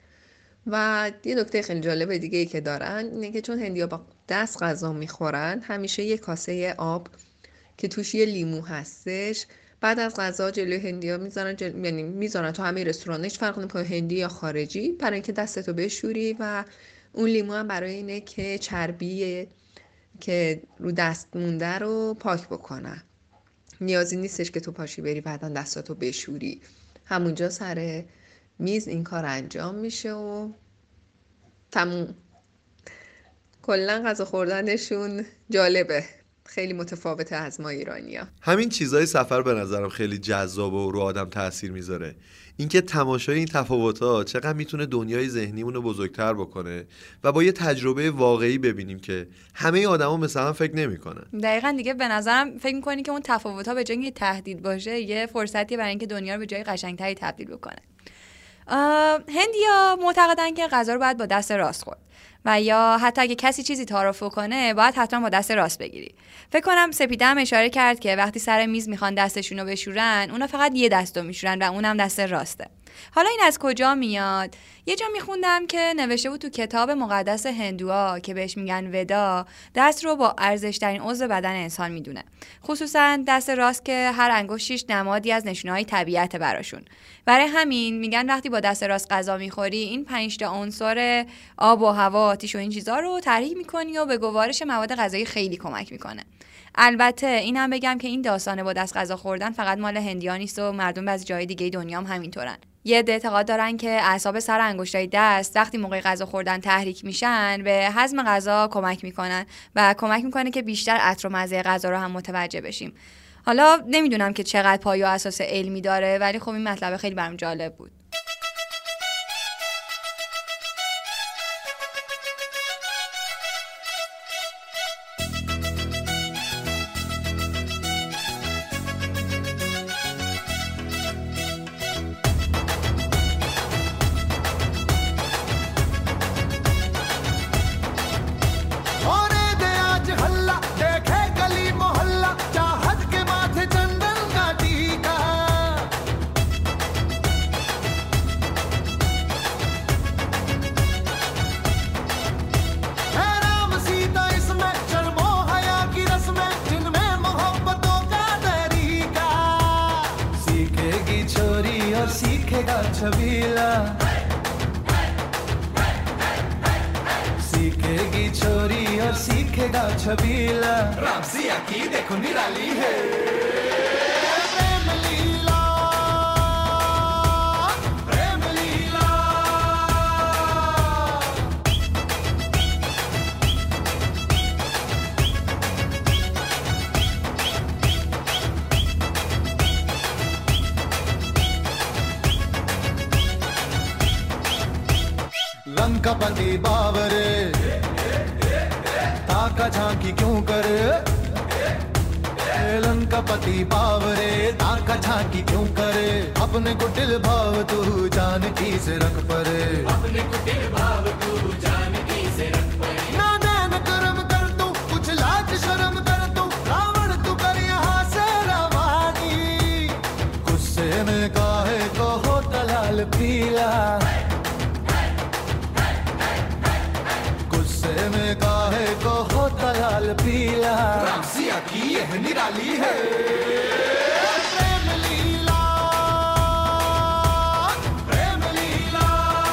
و یه نکته خیلی جالب دیگه ای که دارن اینه که چون هندیا با دست غذا میخورن همیشه یه کاسه آب که توش یه لیمو هستش بعد از غذا جلوی هندیا میذارن جل... یعنی میذارن تو همه رستوران، هیچ فرق نمیکنه هندی یا خارجی، برای اینکه دستتو بشوری و اون لیمو هم برای اینه که چربی که رو دست مونده رو پاک بکنن. نیازی نیستش که تو پاشی بری بعدن دستاتو بشوری، همونجا سر میز این کار انجام میشه و تموم. کلا غذا خوردنشون جالبه. خیلی متفاوته از ما ایرانی‌ها. همین چیزای سفر به نظرم خیلی جذابه و رو آدم تاثیر میذاره. اینکه تماشای این تفاوت‌ها چقدر میتونه دنیای ذهنیمون رو بزرگتر بکنه و با یه تجربه واقعی ببینیم که همه آدما مثلا فکر نمی‌کنن. دقیقاً دیگه به نظرم فکر می‌کنی که اون تفاوت‌ها به جای اینکه تهدید باشه یه فرصتی برای اینکه دنیا رو به جای قشنگ‌تری تبدیل بکنه. هندی‌ها معتقدن که غذا رو باید با دست راست خورد و یا حتی اگه کسی چیزی تعارف کنه باید حتما با دست راست بگیری. فکر کنم سپیده هم اشاره کرد که وقتی سر میز میخوان دستشون رو بشورن اونا فقط یه دستو میشورن و اونم دست راسته. حالا این از کجا میاد؟ یه جا میخوندم که نوشته بود تو کتاب مقدس هندوها که بهش میگن ودا، دست رو با ارزش‌ترین عضو بدن انسان میدونه. خصوصا دست راست که هر انگشتش نمادی از نشونه‌های طبیعت براشون. برای همین میگن وقتی با دست راست غذا میخوری این پنج تا عنصر آب و هوا، آتش و این چیزا رو تحریک میکنی و به گوارش مواد غذایی خیلی کمک میکنه. البته اینم بگم که این داستانه با دست غذا خوردن فقط مال هندی‌ها نیست و مردم از جای دیگه دنیا هم همینطورن. یه عده اعتقاد دارن که اعصاب سر انگشتای دست وقتی موقع غذا خوردن تحریک میشن به هضم غذا کمک میکنن و کمک میکنه که بیشتر عطر و مزه غذا رو هم متوجه بشیم. حالا نمیدونم که چقدر پایه و اساس علمی داره ولی خب این مطلب خیلی برام جالب بود. छबीला सीखेगी छोरी और सीखेगा छबीला रामसिया की देखो निराली है प्रेम लीला प्रेम लीला लंका पति बावरे ताका झांकी क्यों करे लंका पति बावरे ताका झांकी क्यों करे अपने को दिल भाव तू जानकी से रख परे अपने को दिल भाव तू जानकी से रख परे ना नैन कर्म कर तू कुछ लाज शर्म कर तू रावण तू कर यहाँ से रवानी गुस्से में काहे को होता लाल पीला में काहे को होता लाल पीला रामसिया की यह निराली है प्रेम लीला प्रेम लीला.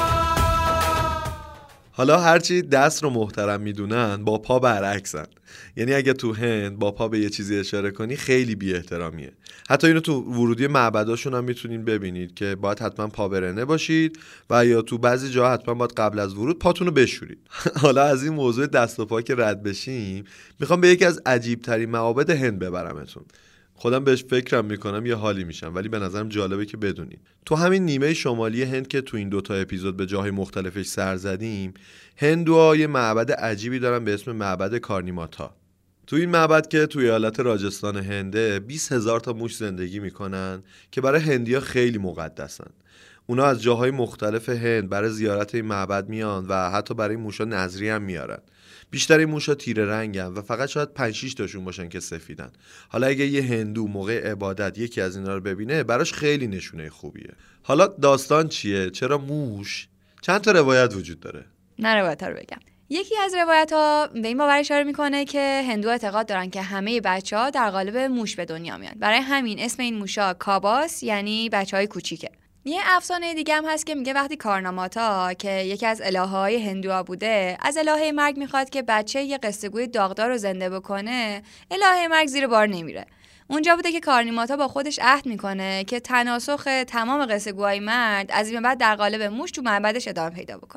حالا هرچی دست رو محترم میدونن با پا برعکسن. یعنی اگه تو هند با پا به یه چیزی اشاره کنی خیلی بی احترامیه. حتی اینو تو ورودی معبداشون هم میتونین ببینید که باید حتما پا برهنه باشید و یا تو بعضی جاها حتما باید قبل از ورود پاتون رو بشورید. حالا از این موضوع دست و پا که رد بشیم میخوام به یکی از عجیب ترین معابد هند ببرمتون. خودم بهش فکرم میکنم یه حالی میشم ولی به نظرم جالبه که بدونید. تو همین نیمه شمالی هند که تو این دوتا اپیزود به جاهای مختلفش سر زدیم، هندوها یه معبد عجیبی دارن به اسم معبد کارنیماتا. تو این معبد که توی ایالت راجستان هنده بیست هزار تا موش زندگی میکنن که برای هندی‌ها خیلی مقدسن. اونا از جاهای مختلف هند برای زیارت این معبد میان و حتی برای موشا نذری هم میارن. بیشتر این موشا تیره رنگن و فقط شاید پنج شش تاشون باشن که سفیدن. حالا اگه یه هندو موقع عبادت یکی از اینا رو ببینه براش خیلی نشونه خوبیه. حالا داستان چیه؟ چرا موش؟ چند تا روایت وجود داره. نه روایت‌ها رو بگم. یکی از روایت‌ها به این باور اشاره میکنه که هندو اعتقاد دارن که همه بچه‌ها در قالب موش به دنیا میان. برای همین اسم این موشا کاباس یعنی بچه‌های کوچیکه. یه افسانه دیگه هم هست که میگه وقتی کارناماتا که یکی از الهه‌های هندوها بوده از الهه مرگ میخواد که بچه یه قصه گوی داغدار رو زنده بکنه، الهه مرگ زیر بار نمیره. اونجا بوده که کارنیماتا با خودش عهد میکنه که تناسخ تمام قصه گوهای مرد از این بعد در قالب موش تو معبدش ادامه پیدا بکنه.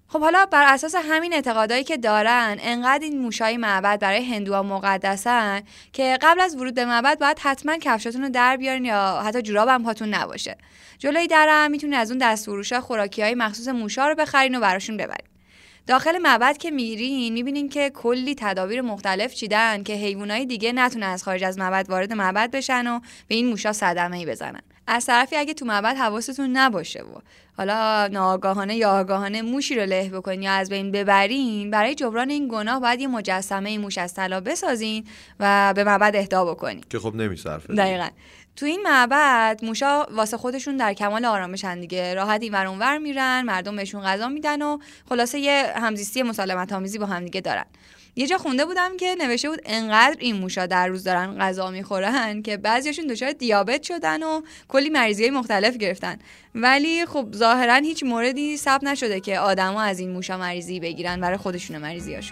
خب حالا بر اساس همین اعتقادایی که دارن، انقدر این موشای معبد برای هندوها مقدسن که قبل از ورود به معبد باید حتما کفشاتون رو در بیارین یا حتی جوراب هم پاتون نباشه. جلوی درم میتونین از اون دستفروشا خوراکیای مخصوص موشا رو بخرین و براشون ببرین. داخل معبد که میرین میبینین که کلی تدابیر مختلف چیدن که حیوانای دیگه نتونن از خارج از معبد وارد معبد بشن و به این موشا صدمه‌ای بزنن. از طرفی اگه تو معبد حواستون نباشه و حالا ناآگاهانه یا آگاهانه موشی رو له بکنین یا از بین ببرین، برای جبران این گناه باید یه مجسمه موش از طلا بسازین و به معبد اهدا بکنین که خب نمیصرفه. دقیقاً. تو این معبد موشا واسه خودشون در کمال آرامشن دیگه، راحت اینور اونور میرن، مردم بهشون غذا میدن و خلاصه یه همزیستی مسالمت آمیزی با هم دیگه دارن. یه جا خونده بودم که نوشته بود انقدر این موشا در روز دارن غذا میخورن که بعضیاشون دچار دیابت شدن و کلی مریضی‌های مختلف گرفتن، ولی خب ظاهرا هیچ موردی ثبت نشده که آدما از این موشا مریضی بگیرن برای خودشون مریضیاشون.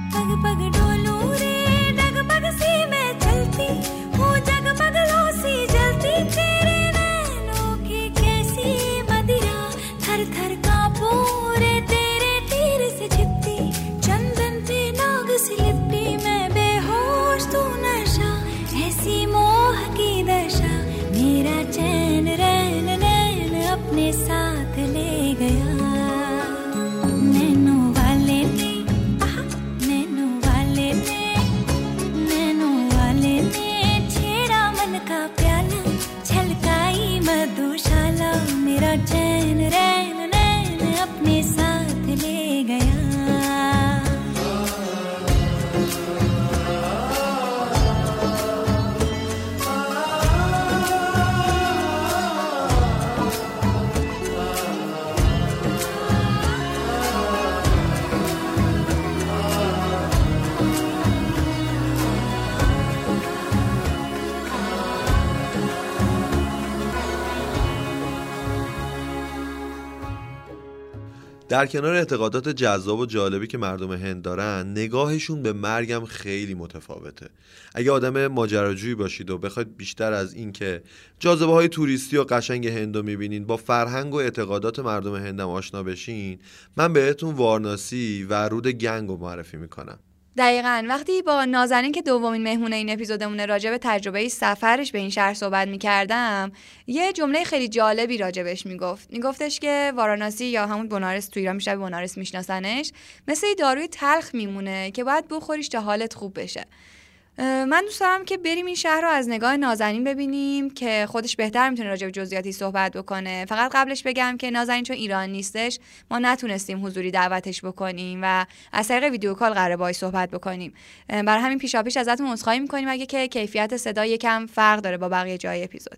در کنار اعتقادات جذاب و جالبی که مردم هند دارن، نگاهشون به مرگم خیلی متفاوته. اگه آدم ماجراجویی باشید و بخواید بیشتر از این که جاذبه های توریستی و قشنگ هندو میبینین با فرهنگ و اعتقادات مردم هندم آشنا بشین، من بهتون وارناسی و رود گنگ رو معرفی میکنم. دقیقاً. وقتی با نازنین که دومین مهمون این اپیزودمونه راجع به تجربه سفرش به این شهر صحبت می‌کردم، یه جمله خیلی جالبی راجبش میگفت. میگفتش که واراناسی یا همون بنارس، تو ایران میشه بنارس میشناسنش، مثل داروی تلخ میمونه که باید بخوریش تا حالت خوب بشه. من دوست دارم که بریم این شهر رو از نگاه نازنین ببینیم که خودش بهتر میتونه راجع به جزئیاتی صحبت بکنه. فقط قبلش بگم که نازنین چون ایران نیستش، ما نتونستیم حضوری دعوتش بکنیم و از طریق ویدیو کال قراره باهاش صحبت بکنیم. برای همین پیشاپیش ازتون عذرخواهی میکنیم اگه که کیفیت صدا یکم فرق داره با بقیه جای اپیزود.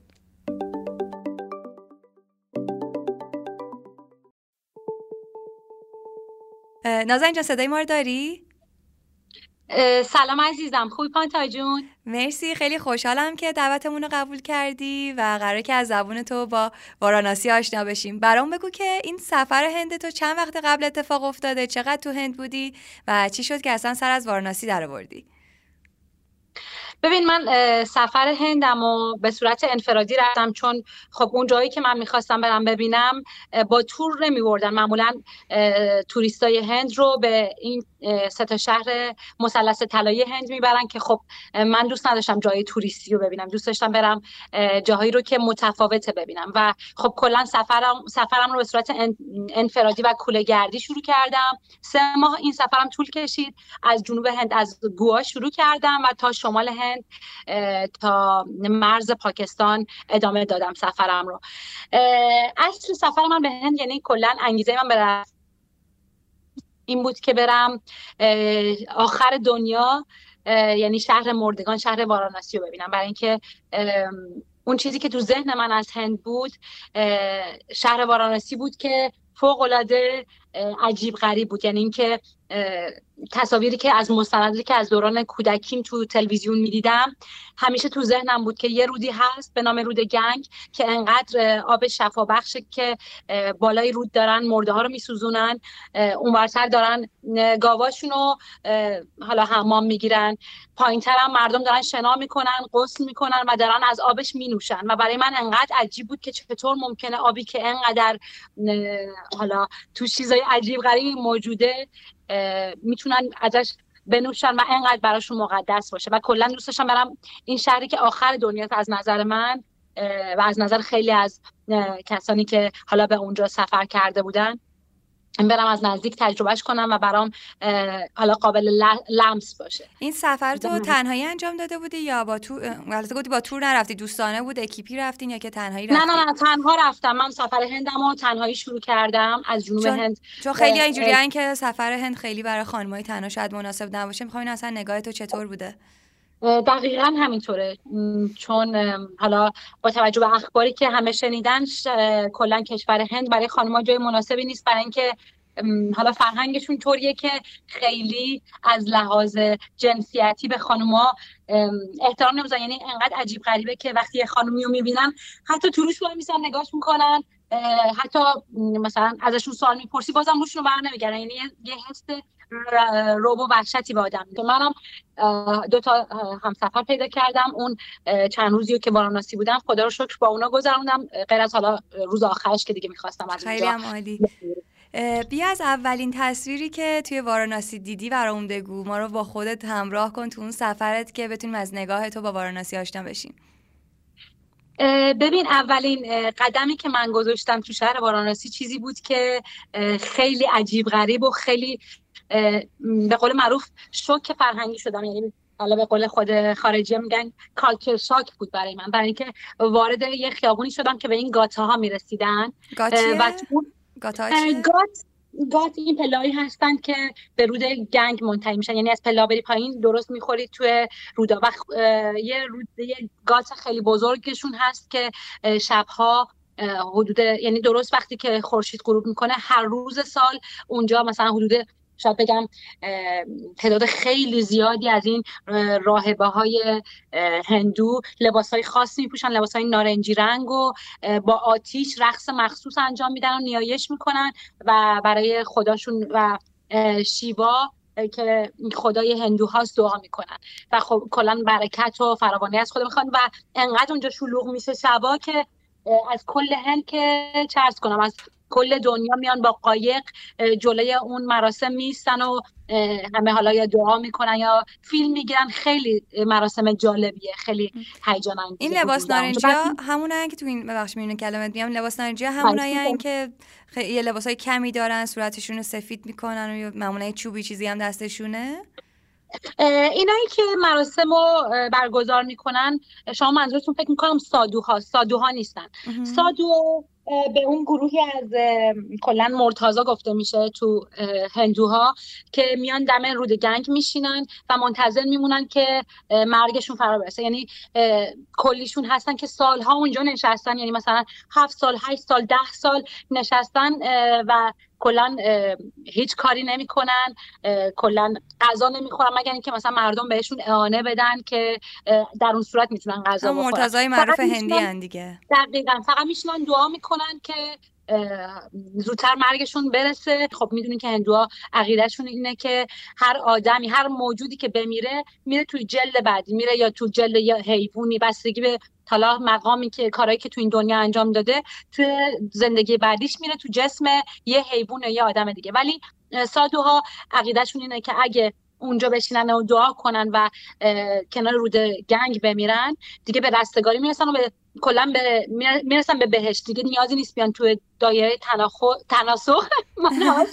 نازنین جان صدای ما رو داری؟ سلام عزیزم، خوبی پانتا جون؟ مرسی، خیلی خوشحالم که دعوتمون رو قبول کردی و قراره که از زبون تو با واراناسی آشنا بشیم. برام بگو که این سفر هند تو چند وقت قبل اتفاق افتاده، چقدر تو هند بودی و چی شد که اصلا سر از واراناسی در آوردی؟ ببین، من سفر هندم و به صورت انفرادی رفتم، چون خب اون جایی که من میخواستم برم ببینم با تور نمیبردن. معمولا توریستای هند رو به این سه تا شهر مثلث طلایی هند میبرن که خب من دوست نداشتم جای توریستی رو ببینم، دوست داشتم برم جاهایی رو که متفاوته ببینم و خب کلا سفرم سفرم رو به صورت انفرادی و کوله گردی شروع کردم. سه ماه این سفرم طول کشید. از جنوب هند، از گوا شروع کردم و تا شمال هند تا مرز پاکستان ادامه دادم سفرم رو. اصل سفر من به هند، یعنی کلا انگیزه من برم این بود که برم آخر دنیا، یعنی شهر مردگان، شهر واراناسی رو ببینم. برای اینکه اون چیزی که تو ذهن من از هند بود شهر واراناسی بود که فوق‌العاده عجیب غریب بود. یعنی اینکه تصاویری که از مستندی که از دوران کودکیم تو تلویزیون میدیدم همیشه تو ذهنم بود که یه رودی هست به نام رود گنگ که انقدر آب شفابخشه که بالای رود دارن مرده ها رو میسوزونن، اونورتر دارن گاواشونو حالا حمام میگیرن، پایینتر هم مردم دارن شنا میکنن، غسل میکنن و دارن از آبش مینوشن. و برای من انقدر عجیب بود که چطور ممکنه آبی که انقدر حالا تو چیزای چیزای عجیب غریبی موجوده میتونن ازش بنوشن و انقدر براشون مقدس باشه. و کلا دوست داشتم برم این شهری که آخر دنیاست از نظر من و از نظر خیلی از کسانی که حالا به اونجا سفر کرده بودن، برم از نزدیک تجربهش کنم و برام حالا قابل لمس باشه. این سفر تو تنهایی انجام داده بودی یا با تور؟ البته گفتی با تور نرفتی، دوستانه بود، اکیپی رفتین یا که تنهایی رفتین؟ نه نه نه تنها رفتم. من سفر هندمو تنهایی شروع کردم از جنوب چون هند. چون خیلی اینجوریه که سفر هند خیلی برای خانم‌های تنها شاید مناسب نباشه. می‌خوام اصلا نگاه تو چطور بوده؟ دقیقاً همینطوره، چون حالا با توجه به اخباری که همه شنیدن کلا کشور هند برای خانم‌ها جای مناسبی نیست، برای اینکه حالا فرهنگشون طوریه که خیلی از لحاظ جنسیتی به خانم‌ها احترام نمیذارن. یعنی انقدر عجیب غریبه که وقتی یه خانمی رو میبینن حتی تو روش وای میسن نگاهش میکنن، حتی مثلا ازشون سوال میپرسی بازم روشون رو بر نمیگردن. یعنی یه حس رعب و وحشتی به آدم میده. منم دو تا همسفر پیدا کردم اون چند روزی که واراناسی بودم، خدا رو شکر با اونا گذروندم، غیر از حالا روز آخرش که دیگه میخواستم از اونجا. خیلی هم عالی. بیا از اولین تصویری که توی واراناسی دیدی برام بگو، ما رو با خودت همراه کن تو اون سفرت که بتونیم از نگاه تو با واراناسی آشنا بشیم. ببین اولین قدمی که من گذاشتم تو شهر واراناسی چیزی بود که خیلی عجیب غریب و خیلی به قول معروف شوک فرهنگی شدم. یعنی حالا به قول خود خارجی میگن کالچر شاک بود برای من، برای اینکه وارد یه خیابونی شدم که به این گاتا ها میرسیدن. گاتیه؟ و گاتا چیه؟ گات گات این پله‌ای هستن که به رود گنگ منتهی میشن، یعنی از پلا بری پایین درست میخورید توی رودا. و یه رود یه گات خیلی بزرگشون هست که شبها حدود، یعنی درست وقتی که خورشید غروب میکنه هر روز سال اونجا مثلا حدود شاید بگم تعداد خیلی زیادی از این راهبه های هندو لباس های خاصی میپوشن، لباس های نارنجی رنگ و با آتیش رقص مخصوص انجام میدن و نیایش میکنن و برای خداشون و شیوا که خدای هندوهاست دعا میکنن و خب کلا برکت و فراوانی از خدا میخوان. و انقدر اونجا شلوغ میشه شبا که از کل هند که چرس کنم از کل دنیا میان با قایق جلوی اون مراسم میستن و همه حالا یا دعا میکنن یا فیلم میگیرن. خیلی مراسم جالبیه، خیلی هیجان انگیزه. این لباس نارنجیا همونایی که تو این ببخشید میونه کلمت میام، لباس نارنجیا همونایی که یه لباسای کمی دارن، صورتشون رو سفید میکنن و معمولا چوبی چیزی هم دستشونه؟ اینایی که مراسم رو برگزار میکنن شما منظورتون فکر میکنم سادوها سادوها نیستن. سادو به اون گروهی از کلا مرتازا گفته میشه تو هندوها که میان دم رود گنگ میشینن و منتظر میمونن که مرگشون فرا برسه. یعنی کلیشون هستن که سالها اونجا نشستن، یعنی مثلا هفت سال هشت سال ده سال نشستن و کلا هیچ کاری نمیکنن، کلا غذا نمیخورن مگر اینکه مثلا مردم بهشون اعانه بدن که در اون صورت میتونن غذا بخورن. مرتضای معروف هندی ان دیگه. دقیقاً فقط میشنن دعا میکنن که زودتر مرگشون برسه. خب میدونین که هندوها عقیدهشون اینه که هر آدمی، هر موجودی که بمیره میره توی جلد بعدی، میره یا تو جلد یا حیوانی، بستگی به حالا مقامی که کارهایی که تو این دنیا انجام داده توی زندگی بعدیش میره تو جسم یه حیوان یا یه آدم دیگه. ولی سادوها عقیدهشون اینه که اگه اونجا بشینن و دعا کنن و کنار رود گنگ بمیرن دیگه به رستگاری میرسن و به کلا به میرسن به بهشت. دیگه نیازی نیست بیان توی دایره تناخو تناسخ من همش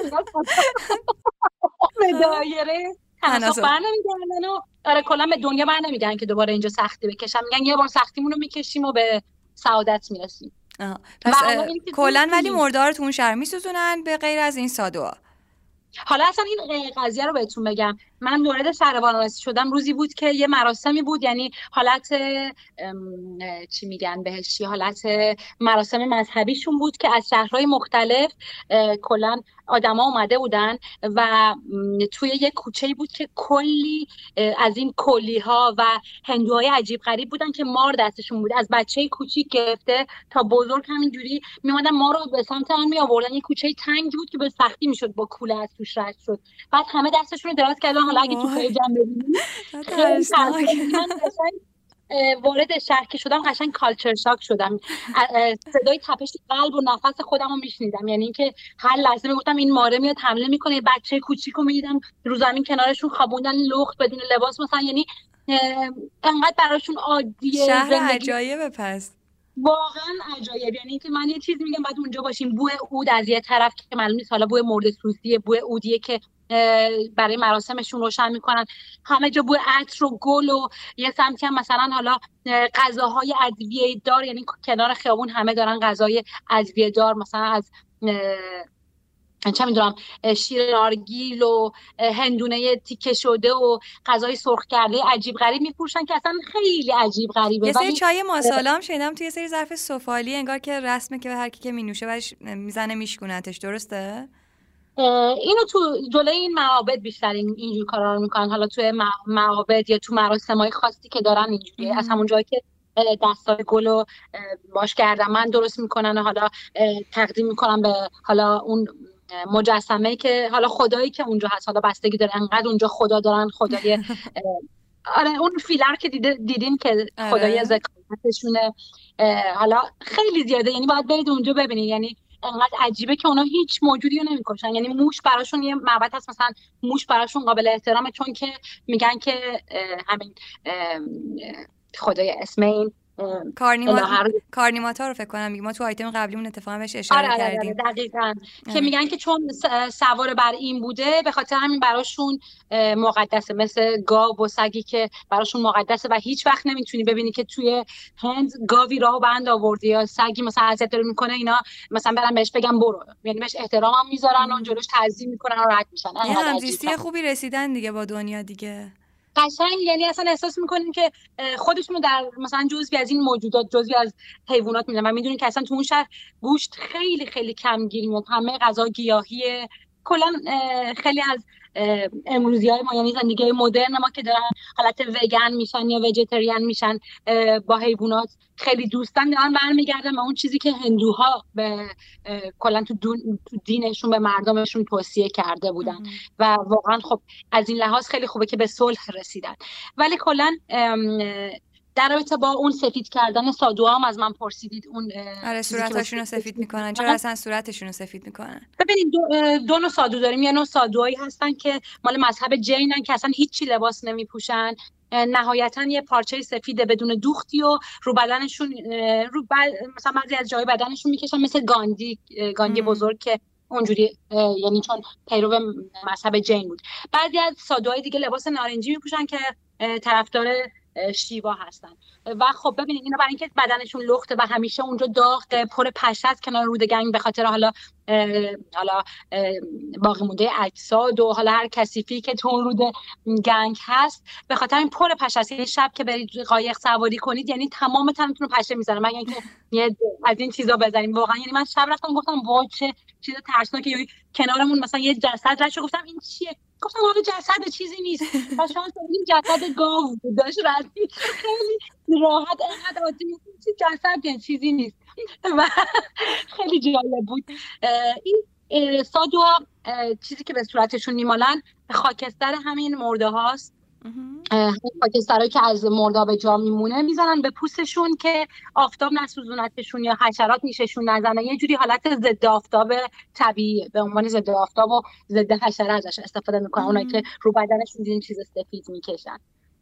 به دایره تناسخ برنمیگردن و آره کلا به دنیا برنمیگردن که دوباره اینجا سختی بکشن. میگن یه بار سختیمون رو میکشیم و به سعادت میرسیم. پس کلا ولی مردار تو اون شهر میسوزونن به غیر از این سادوها. حالا اصلا این قضیه رو بهتون بگم، من وارد شهر واراناسی شدم روزی بود که یه مراسمی بود، یعنی حالت چی میگن بهش، حالت مراسم مذهبیشون بود که از شهرهای مختلف کلا آدما اومده بودن و توی یه کوچه‌ای بود که کلی از این کلی‌ها و هندوهای عجیب غریب بودن که مار دستشون بود، از بچه کوچیک گرفته تا بزرگ همینجوری میومدن ما رو به سمت هم می آوردن. یه کوچه تنگی بود که به سختی میشد با کوله از توش رد شد. بعد همه دستشون رو دراز کردن. حالا اگه تو پیجم ببینید وارد شهر که شدم قشنگ کالچر شاک شدم. صدای تپش قلب و نفس خودم رو میشنیدم، یعنی اینکه هر لحظه میگفتم این ماره میاد حمله میکنه. بچه کوچیکو میدیدم رو زمین کنارشون خوابوندن لخت بدون لباس مثلا، یعنی انقدر براشون عادیه. شهر عجایبه. پس واقعا عجایب، یعنی که من یه چیزی میگم بعد اونجا باشیم. بوی عود از یه طرف که معلوم نیست حالا بوی مرده سوزیه، بوی عودیه که برای مراسمشون روشن میکنن، همه جا بوی عطر و گل و یه سمتی هم مثلا حالا غذاهای ادویه دار، یعنی کنار خیابون همه دارن غذای ادویه دار، مثلا از چه میدونم شیر نارگیل و هندونه تیکه شده و غذای سرخ کرده عجیب غریب میفروشن که اصلا خیلی عجیب غریبه. یه سری چای ماسالا هم شنیدم توی سری ظرف سفالی، انگار که رسمه که هر کی که مینوشه بعدش میزنه میشکونتش، درسته؟ اینو تو جلوی این معابد بیشتر این اینجور کارا رو میکنن، حالا توی معابد یا تو مراسمای خاصی که دارن اینجوری از همون جایی که دستای گلو باش کردن من درست میکنن و حالا تقدیم میکنن به حالا اون مجسمه‌ای که حالا خدایی که اونجا هست، حالا بستگی داره انقدر اونجا خدا دارن، خدای آره اون فیلر که دیدیم که خدای ذکرتشونه، حالا خیلی زیاده، یعنی باید برید اونجا ببینید. یعنی انقدر عجیبه که اونا هیچ موجودی رو نمی‌کشن، یعنی موش براشون یه معبد هست مثلا، موش براشون قابل احترامه چون که میگن که همین خدای اسم این کارنیما... کارنیماتا رو فکر کنم میگم، ما تو آیتم قبلیمون اتفاقا بهش اشاره آره کردیم. آره دقیقاً که میگن که چون سوار بر این بوده به خاطر همین براشون مقدسه، مثل گاو و سگی که براشون مقدسه و هیچ وقت نمیتونی ببینی که توی هند گاوی راهو بند آورده یا سگی مثلا اذیت داره میکنه اینا مثلا برن بهش بگن برو، یعنی بهش احترام هم میذارن و جلوش تعظیم میکنن و رد میشن. یه همزیستی خوبی رسیدن دیگه با دنیا دیگه قشنگ، یعنی اصلا احساس میکنین که خودشونو در مثلا جزئی از این موجودات، جزئی از حیوانات میدونن و میدونین که اصلا تو اون شهر گوشت خیلی خیلی کم گیر میاد، همه غذا گیاهیه. کلا خیلی از امروزی‌های ما یعنی زندگی مدرن ما که دارن حالت وگن میشن یا ویجیتریان میشن با حیوانات خیلی دوستن دارن برمیگردن به اون چیزی که هندوها به کلا تو, تو دینشون به مردمشون توصیه کرده بودن ام. و واقعا خب از این لحاظ خیلی خوبه که به صلح رسیدن. ولی کلا در رابطه با اون سفید کردن سادوها هم از من پرسیدید، اون آره صورتاشون رو سفید میکنن، چرا اصلا صورتشون رو سفید میکنن؟ ببینید دو, دو نوع سادو داریم، یه نوع سادوهایی هستن که مال مذهب جینن که اصلا هیچی لباس نمیپوشن، نهایتا یه پارچه سفید بدون دوختی و رو بدنشون رو بد... مثلا بعضی از جای بدنشون میکشن مثل گاندی گاندی بزرگ که اونجوری یعنی چون پیرو مذهب جین بود. بعضی از سادوهای دیگه لباس نارنجی میپوشن که طرفدار شیوا هستن و خب ببینید اینا برای اینکه بدنشون لخته و همیشه اونجا داغ پر پشه است کنار رود گنگ به خاطر حالا حالا باقی مونده اجساد و حالا هر کثیفی که تو رود گنگ هست به خاطر این پر پشه است. یعنی شب که برید قایق سواری کنید یعنی تمام تنتون رو پشه میزنه، مگر اینکه یه از این چیزا بزنیم. واقعا یعنی من شب رفتم گفتم وای چه چیز ترسناکه، یعنی کنارمون مثلا یه جسد رد شد، گفتم این چیه؟ گفتم آره جسد چیزی نیست و شانس این جسد گاو بود داشت رد می‌شد، خیلی راحت اینقدر عادی می‌گفتم جسد یه چیزی نیست و خیلی جالب بود. این سادوها چیزی که به صورتشون میمالن خاکستر همین مرده هاست، خاکسترهایی که از مرده به جا میمونه میزنن به پوستشون که آفتاب نسوزونتشون یا حشرات نیششون نزنه، یه جوری حالت ضد آفتاب طبیعی به عنوان ضد آفتاب و ضد حشره ازش استفاده میکنن اونایی که رو بدنشون دیدین چیز سفید میکشن.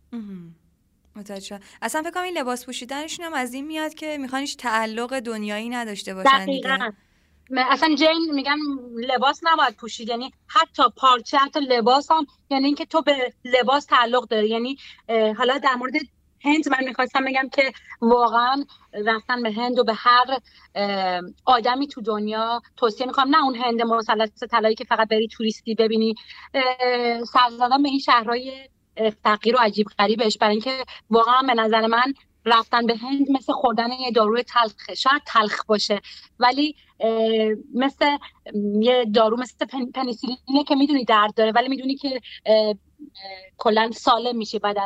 متوجه. اصلا فکر کنم این لباس پوشیدنشون هم از این میاد که میخوان هیچ تعلق دنیایی نداشته باشن دیگه. اصلا جین میگن لباس نباید پوشید، یعنی حتی پارچه حتی لباس هم یعنی اینکه تو به لباس تعلق داری. یعنی حالا در مورد هند من میخواستم بگم که واقعا رفتن به هند و به هر آدمی تو دنیا توصیه میکنم، نه اون هند مثلث طلایی که فقط بری توریستی ببینی، سر زدن به این شهرهای فقیر و عجیب غریبش، برای اینکه واقعا به نظر من رفتن به هند مثل خوردن یه داروی تلخه، شاید تلخ باشه ولی مثل یه دارو مثل پن، پنیسیلینه که میدونی درد داره ولی میدونی که کلا سالم میشه بعد از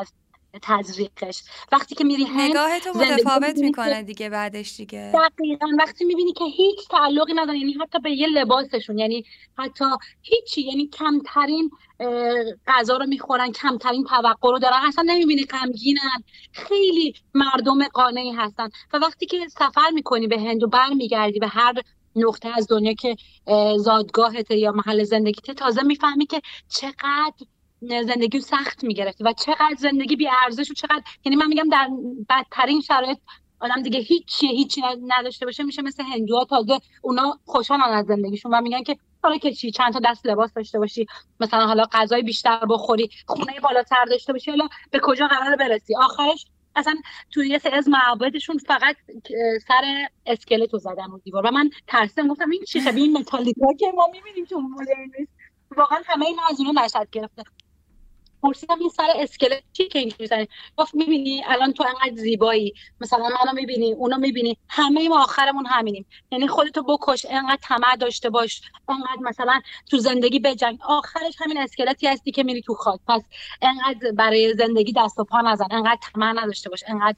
تزریقش. وقتی که میری هند نگاهتو متفاوت میکنه دیگه بعدش دیگه. دقیقاً وقتی میبینی که هیچ تعلقی نداره، یعنی حتی به یه لباسشون، یعنی حتی هیچی، یعنی کمترین غذا رو میخورن، کمترین توقع رو دارن، اصلا نمیبینی غمگینن، خیلی مردم قانعی هستن. و وقتی که سفر میکنی به هند و برمیگردی به هر نقطه از دنیا که زادگاهته یا محل زندگیته، تازه میفهمی که چقدر زندگی رو سخت میگرفتی و چقدر زندگی بی ارزش و چقدر، یعنی من میگم در بدترین شرایط آدم دیگه هیچی هیچی نداشته باشه میشه مثل هندوها، تازه اونا خوشحالن از زندگیشون و میگن که حالا که چی، چند تا دست لباس داشته باشی، مثلا حالا غذای بیشتر بخوری، خونه بالاتر داشته باشی، حالا به کجا قراره برسی؟ آخرش اصلا توی یه سری از معابدشون فقط سر اسکلتو زدن رو دیوار و من ترسیدم، گفتم این چی شبیه این متالیکا که ما میبینیم تو مدرنیسم. واقعا همه اینا از اونها نشأت گرفته. پرسیدم این سر اسکلت چی که اینجوری می‌زنی؟ گفت می‌بینی الان تو انقدر زیبایی، مثلا منو می‌بینی، اونو می‌بینی، همه ما آخرمون همینیم. یعنی خودتو بکش، انقدر طمع داشته باش، انقدر مثلا تو زندگی بجنگ، آخرش همین اسکلتی هستی که میری تو خاک. پس انقدر برای زندگی دست و پا نزن، انقدر طمع نداشته باش، انقدر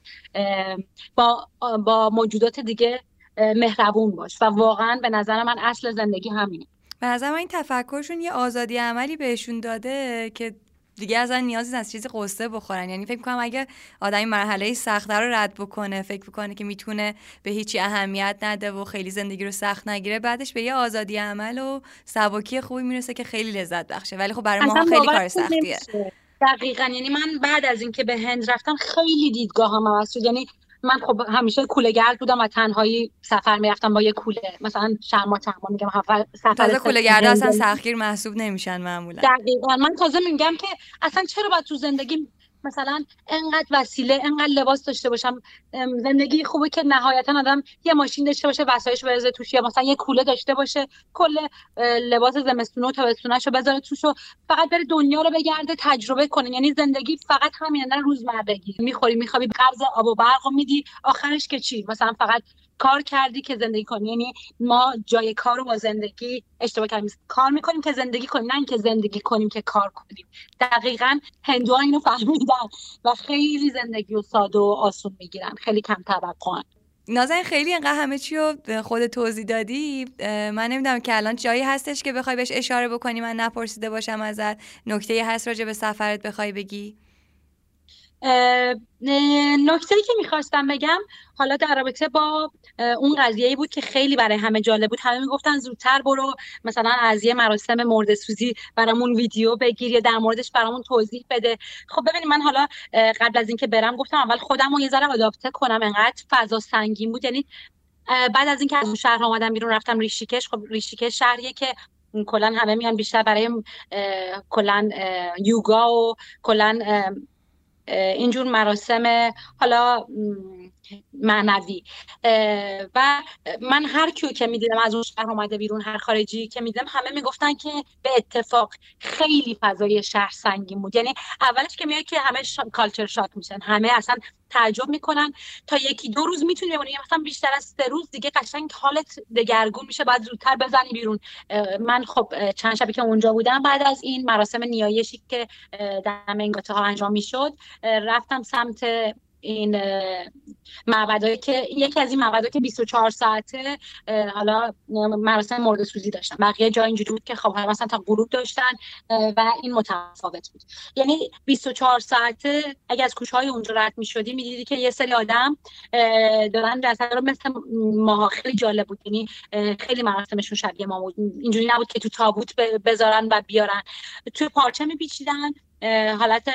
با با موجودات دیگه مهربون باش. و واقعا به نظر من اصل زندگی همینه. به نظر من این تفکرشون یه آزادی عملی بهشون داده که دیگه اصلا نیازی از چیزی قصه بخورن. یعنی فکر می‌کنم اگه آدمی مرحله سخته رو رد بکنه، فکر بکنه که میتونه به هیچی اهمیت نده و خیلی زندگی رو سخت نگیره، بعدش به یه آزادی عمل و سبکی خوبی میرسه که خیلی لذت بخشه. ولی خب برای ما خیلی کار سختیه. دقیقاً. یعنی من بعد از اینکه به هند رفتم خیلی دیدگاهم عوض شد. یعنی من خب همیشه کوله گرد بودم و تنهایی سفر میرفتم با یه کوله، مثلا شرما ترما میگم سفر. تازه کوله گرد اصلا سختگیر محسوب نمیشن معمولا. دقیقاً. من تازه میگم که اصلا چرا باید تو زندگی مثلا انقدر وسیله، انقدر لباس داشته باشم؟ زندگی خوبه که نهایتا آدم یه ماشین داشته باشه، وسایلش بذاره توش، یا مثلا یه کوله داشته باشه، کل لباس زمستون و تابستوناشو بذاره توش و فقط بره دنیا رو بگرده، تجربه کنه. یعنی زندگی فقط همینه، نه روزمرگی. میخوری میخوابی، قرض آب و برق میدی، آخرش که چی؟ مثلا فقط کار کردی که زندگی کنی. یعنی ما جای کار رو با زندگی اشتباه کردیم. کار میکنیم که زندگی کنیم، نه اینکه زندگی کنیم که کار کنیم. دقیقاً هندوها اینو فهمیدن و خیلی زندگی رو ساده و آسون میگیرن، خیلی کم توقعن. نازنین خیلی انقدر همه چی رو خود توضیح دادی، من نمیدونم که الان جایی هستش که بخوای بهش اشاره بکنی من نپرسیده باشم ازت، نکته‌ای هست راجع به سفرت بخوای بگی؟ نکته‌ای که میخواستم بگم حالا در رابطه با اون قضیه‌ای بود که خیلی برای همه جالب بود. همه میگفتن زودتر برو مثلا از یه مراسم مرده‌سوزی برامون ویدیو بگیر یا در موردش برامون توضیح بده. خب ببینید، من حالا قبل از اینکه برم گفتم اول خودم رو یه ذره آداپته کنم، انقدر فضا سنگین بود. یعنی بعد از اینکه از اون شهر اومدم بیرون رفتم ریشیکش. خب ریشیکش شهریه که کلا همه میان بیشتر برای کلا یوگا و کلا اینجور مراسم حالا معنوی. و من هر کیو که میدیدم از اون شهر اومده بیرون، هر خارجی که میدیدم، همه میگفتن که به اتفاق خیلی فضای شهر سنگین بود. یعنی اولش که میاد که همه شا... کالچر شاک میشن، همه اصلا تعجب میکنن. تا یکی دو روز میتونی بمونی، مثلا بیشتر از سه روز دیگه قشنگ حالت دگرگون میشه، باید زودتر بزنی بیرون. من خب چند شبی که اونجا بودم، بعد از این مراسم نیایشی که در منگاته ها انجام میشد، رفتم سمت این معبدایی که یکی از این معبدها که بیست و چهار ساعته حالا مراسم مرده‌سوزی داشتن. بقیه جا اینجوری بود که خب مثلا تا غروب داشتن و این متفاوت بود. یعنی بیست و چهار ساعته اگه از کوچه‌های اونجا رد می‌شدی می‌دیدی که یه سری آدم دارن جسد رو مثل ماها. خیلی جالب بود. یعنی خیلی مراسمشون شبیه ما بود. اینجوری نبود که تو تابوت بذارن و بیارن، توی پارچه می‌پیچیدن، حالت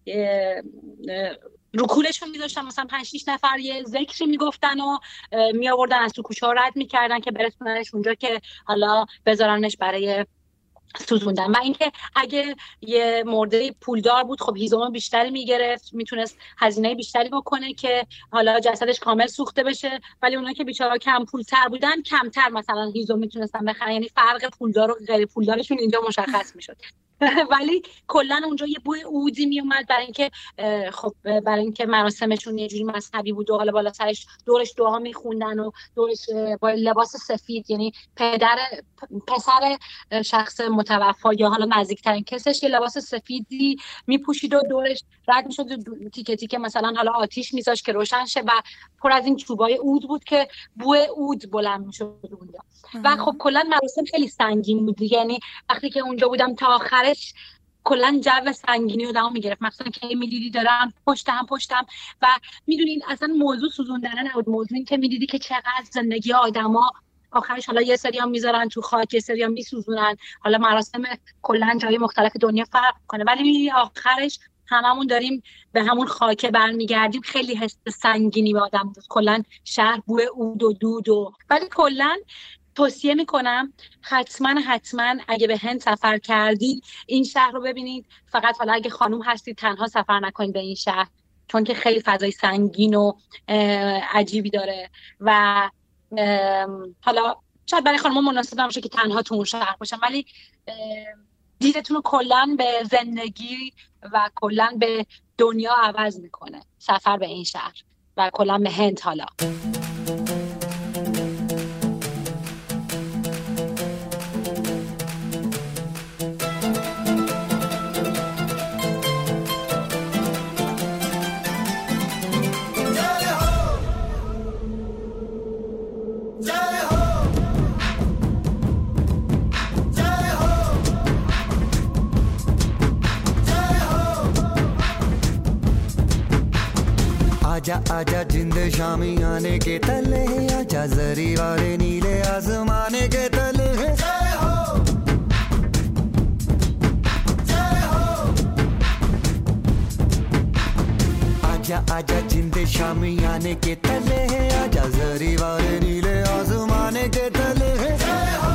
رو کولشون میذاشتن، مثلا پنج شش نفر یه ذکری میگفتن و می آوردن از تو کوچه ها رد میکردن که برسوننش اونجا که حالا بذارنش برای سوزوندن. و اینکه اگه یه مرده پولدار بود، خب هیزم بیشتری میگرفت، میتونست هزینه بیشتری بکنه که حالا جسدش کامل سوخته بشه. ولی اونا که بیچارا کم پولتر بودن، کمتر مثلا هیزم میتونستن بخرن. یعنی فرق پولدار و غیر پولدارشون اینجا مشخص میشد. ولی کلا اونجا یه بوی عودی میومد، برای اینکه خب برای اینکه مراسمشون یه جوری مذهبی بود و حالا بالا سرش دورش دعا میخوندن و دورش با لباس سفید، یعنی پدر پسر شخص متوفا یا حالا نزدیکترین کسش یه لباس سفیدی میپوشید و دورش رد میشد تیکه تیکه مثلا حالا آتیش میذاش که روشن شه و پر از این چوبای عود بود که بوی عود بلند میشد اونجا. و خب کلا مراسم خیلی سنگین بود، یعنی وقتی که اونجا بودم تا آخرش کلا جو سنگینی رو دام میگرفت، مثلا که میدیدی دارم پشت هم پشتم و میدونین اصلا موضوع سوزوندن نبود، موضوع این که میدیدی که چقدر زندگی آدما آخرش حالا یه سری هم میذارن تو خاک، یه سری هم میسوزونن، حالا مراسم کلا جای مختلف دنیا فرق کنه، ولی میدیدی آخرش هممون داریم به همون خاک برمیگردیم. خیلی حس سنگینی به آدم بود، کلا شهر بوی عود و دود و ولی کلا توصیه میکنم حتما حتما اگه به هند سفر کردید این شهر رو ببینید. فقط حالا اگه خانوم هستید تنها سفر نکنید به این شهر، چون که خیلی فضای سنگین و عجیبی داره و حالا شاید برای خانوم مناسب نباشه که تنها تو اون شهر باشن، ولی دیدتون رو کلا به زندگی و کلا به دنیا عوض میکنه سفر به این شهر و کلا به هند. حالا आजा आजा जिंद शामी आने के तले, आजा जरी वाले नीले आसमाने के तले। जय हो जय हो आजा आजा जिंद शामी आने के तले, आजा जरी वाले नीले आसमाने के तले। जय हो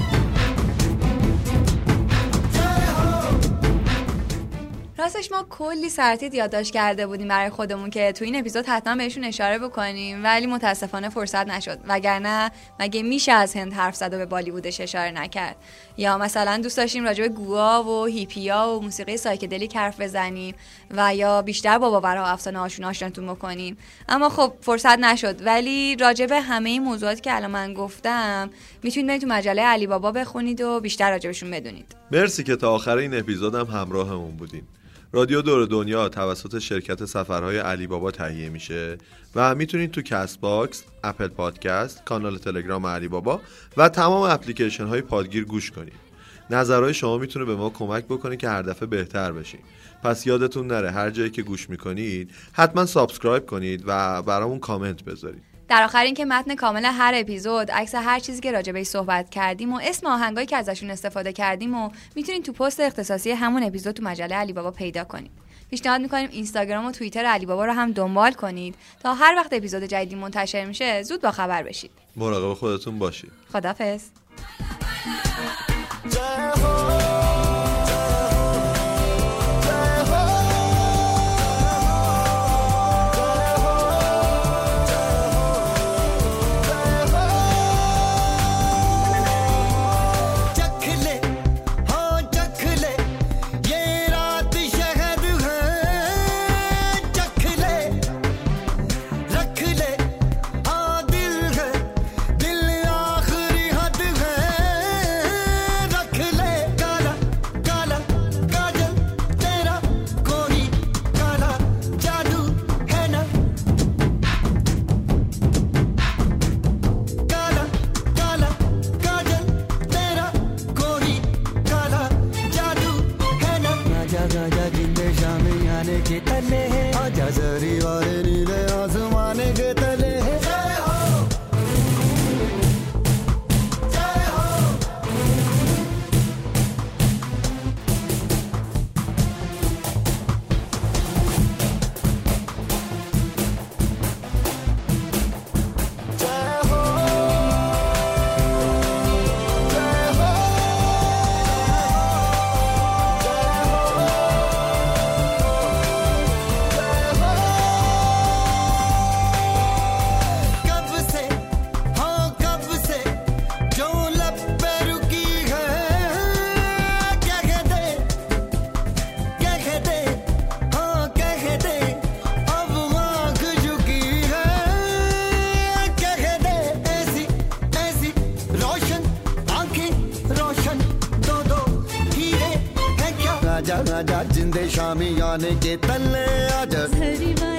راستش ما کلی سرتیت یادداشت کرده بودیم برای خودمون که تو این اپیزود حتما بهشون اشاره بکنیم، ولی متاسفانه فرصت نشد، وگرنه مگه میشه از هند حرف زد و به بالیوودش اشاره نکرد؟ یا مثلا دوست داشتیم راجع به گوا و هیپیا و موسیقی سایکدلیک حرف بزنیم و یا بیشتر با باورها و افسانه هاشون آشناتون بکنیم، اما خب فرصت نشد. ولی راجع به همه این موضوعاتی که الان من گفتم میتونید برید تو مجله علی بابا بخونید و بیشتر راجعشون بدونید. مرسی که تا آخر این اپیزودم همراهمون بودین. رادیو دور دنیا توسط شرکت سفرهای علی بابا تهیه میشه و میتونید تو کست باکس، اپل پادکست، کانال تلگرام علی بابا و تمام اپلیکیشن های پادگیر گوش کنید. نظرهای شما میتونه به ما کمک بکنه که هر دفعه بهتر بشیم. پس یادتون نره هر جایی که گوش میکنید حتما سابسکرایب کنید و برامون کامنت بذارید. در آخر این که متن کامل هر اپیزود، عکس هر چیزی که راجع بهش صحبت کردیم و اسم آهنگایی که ازشون استفاده کردیم و میتونید تو پست اختصاصی همون اپیزود تو مجله علی بابا پیدا کنید. پیشنهاد میکنیم اینستاگرام و توییتر علی بابا رو هم دنبال کنید تا هر وقت اپیزود جدیدی منتشر میشه زود با خبر بشید. مراقب خودتون باشید. خداحافظ. जिंदे शामियाने के तले आजा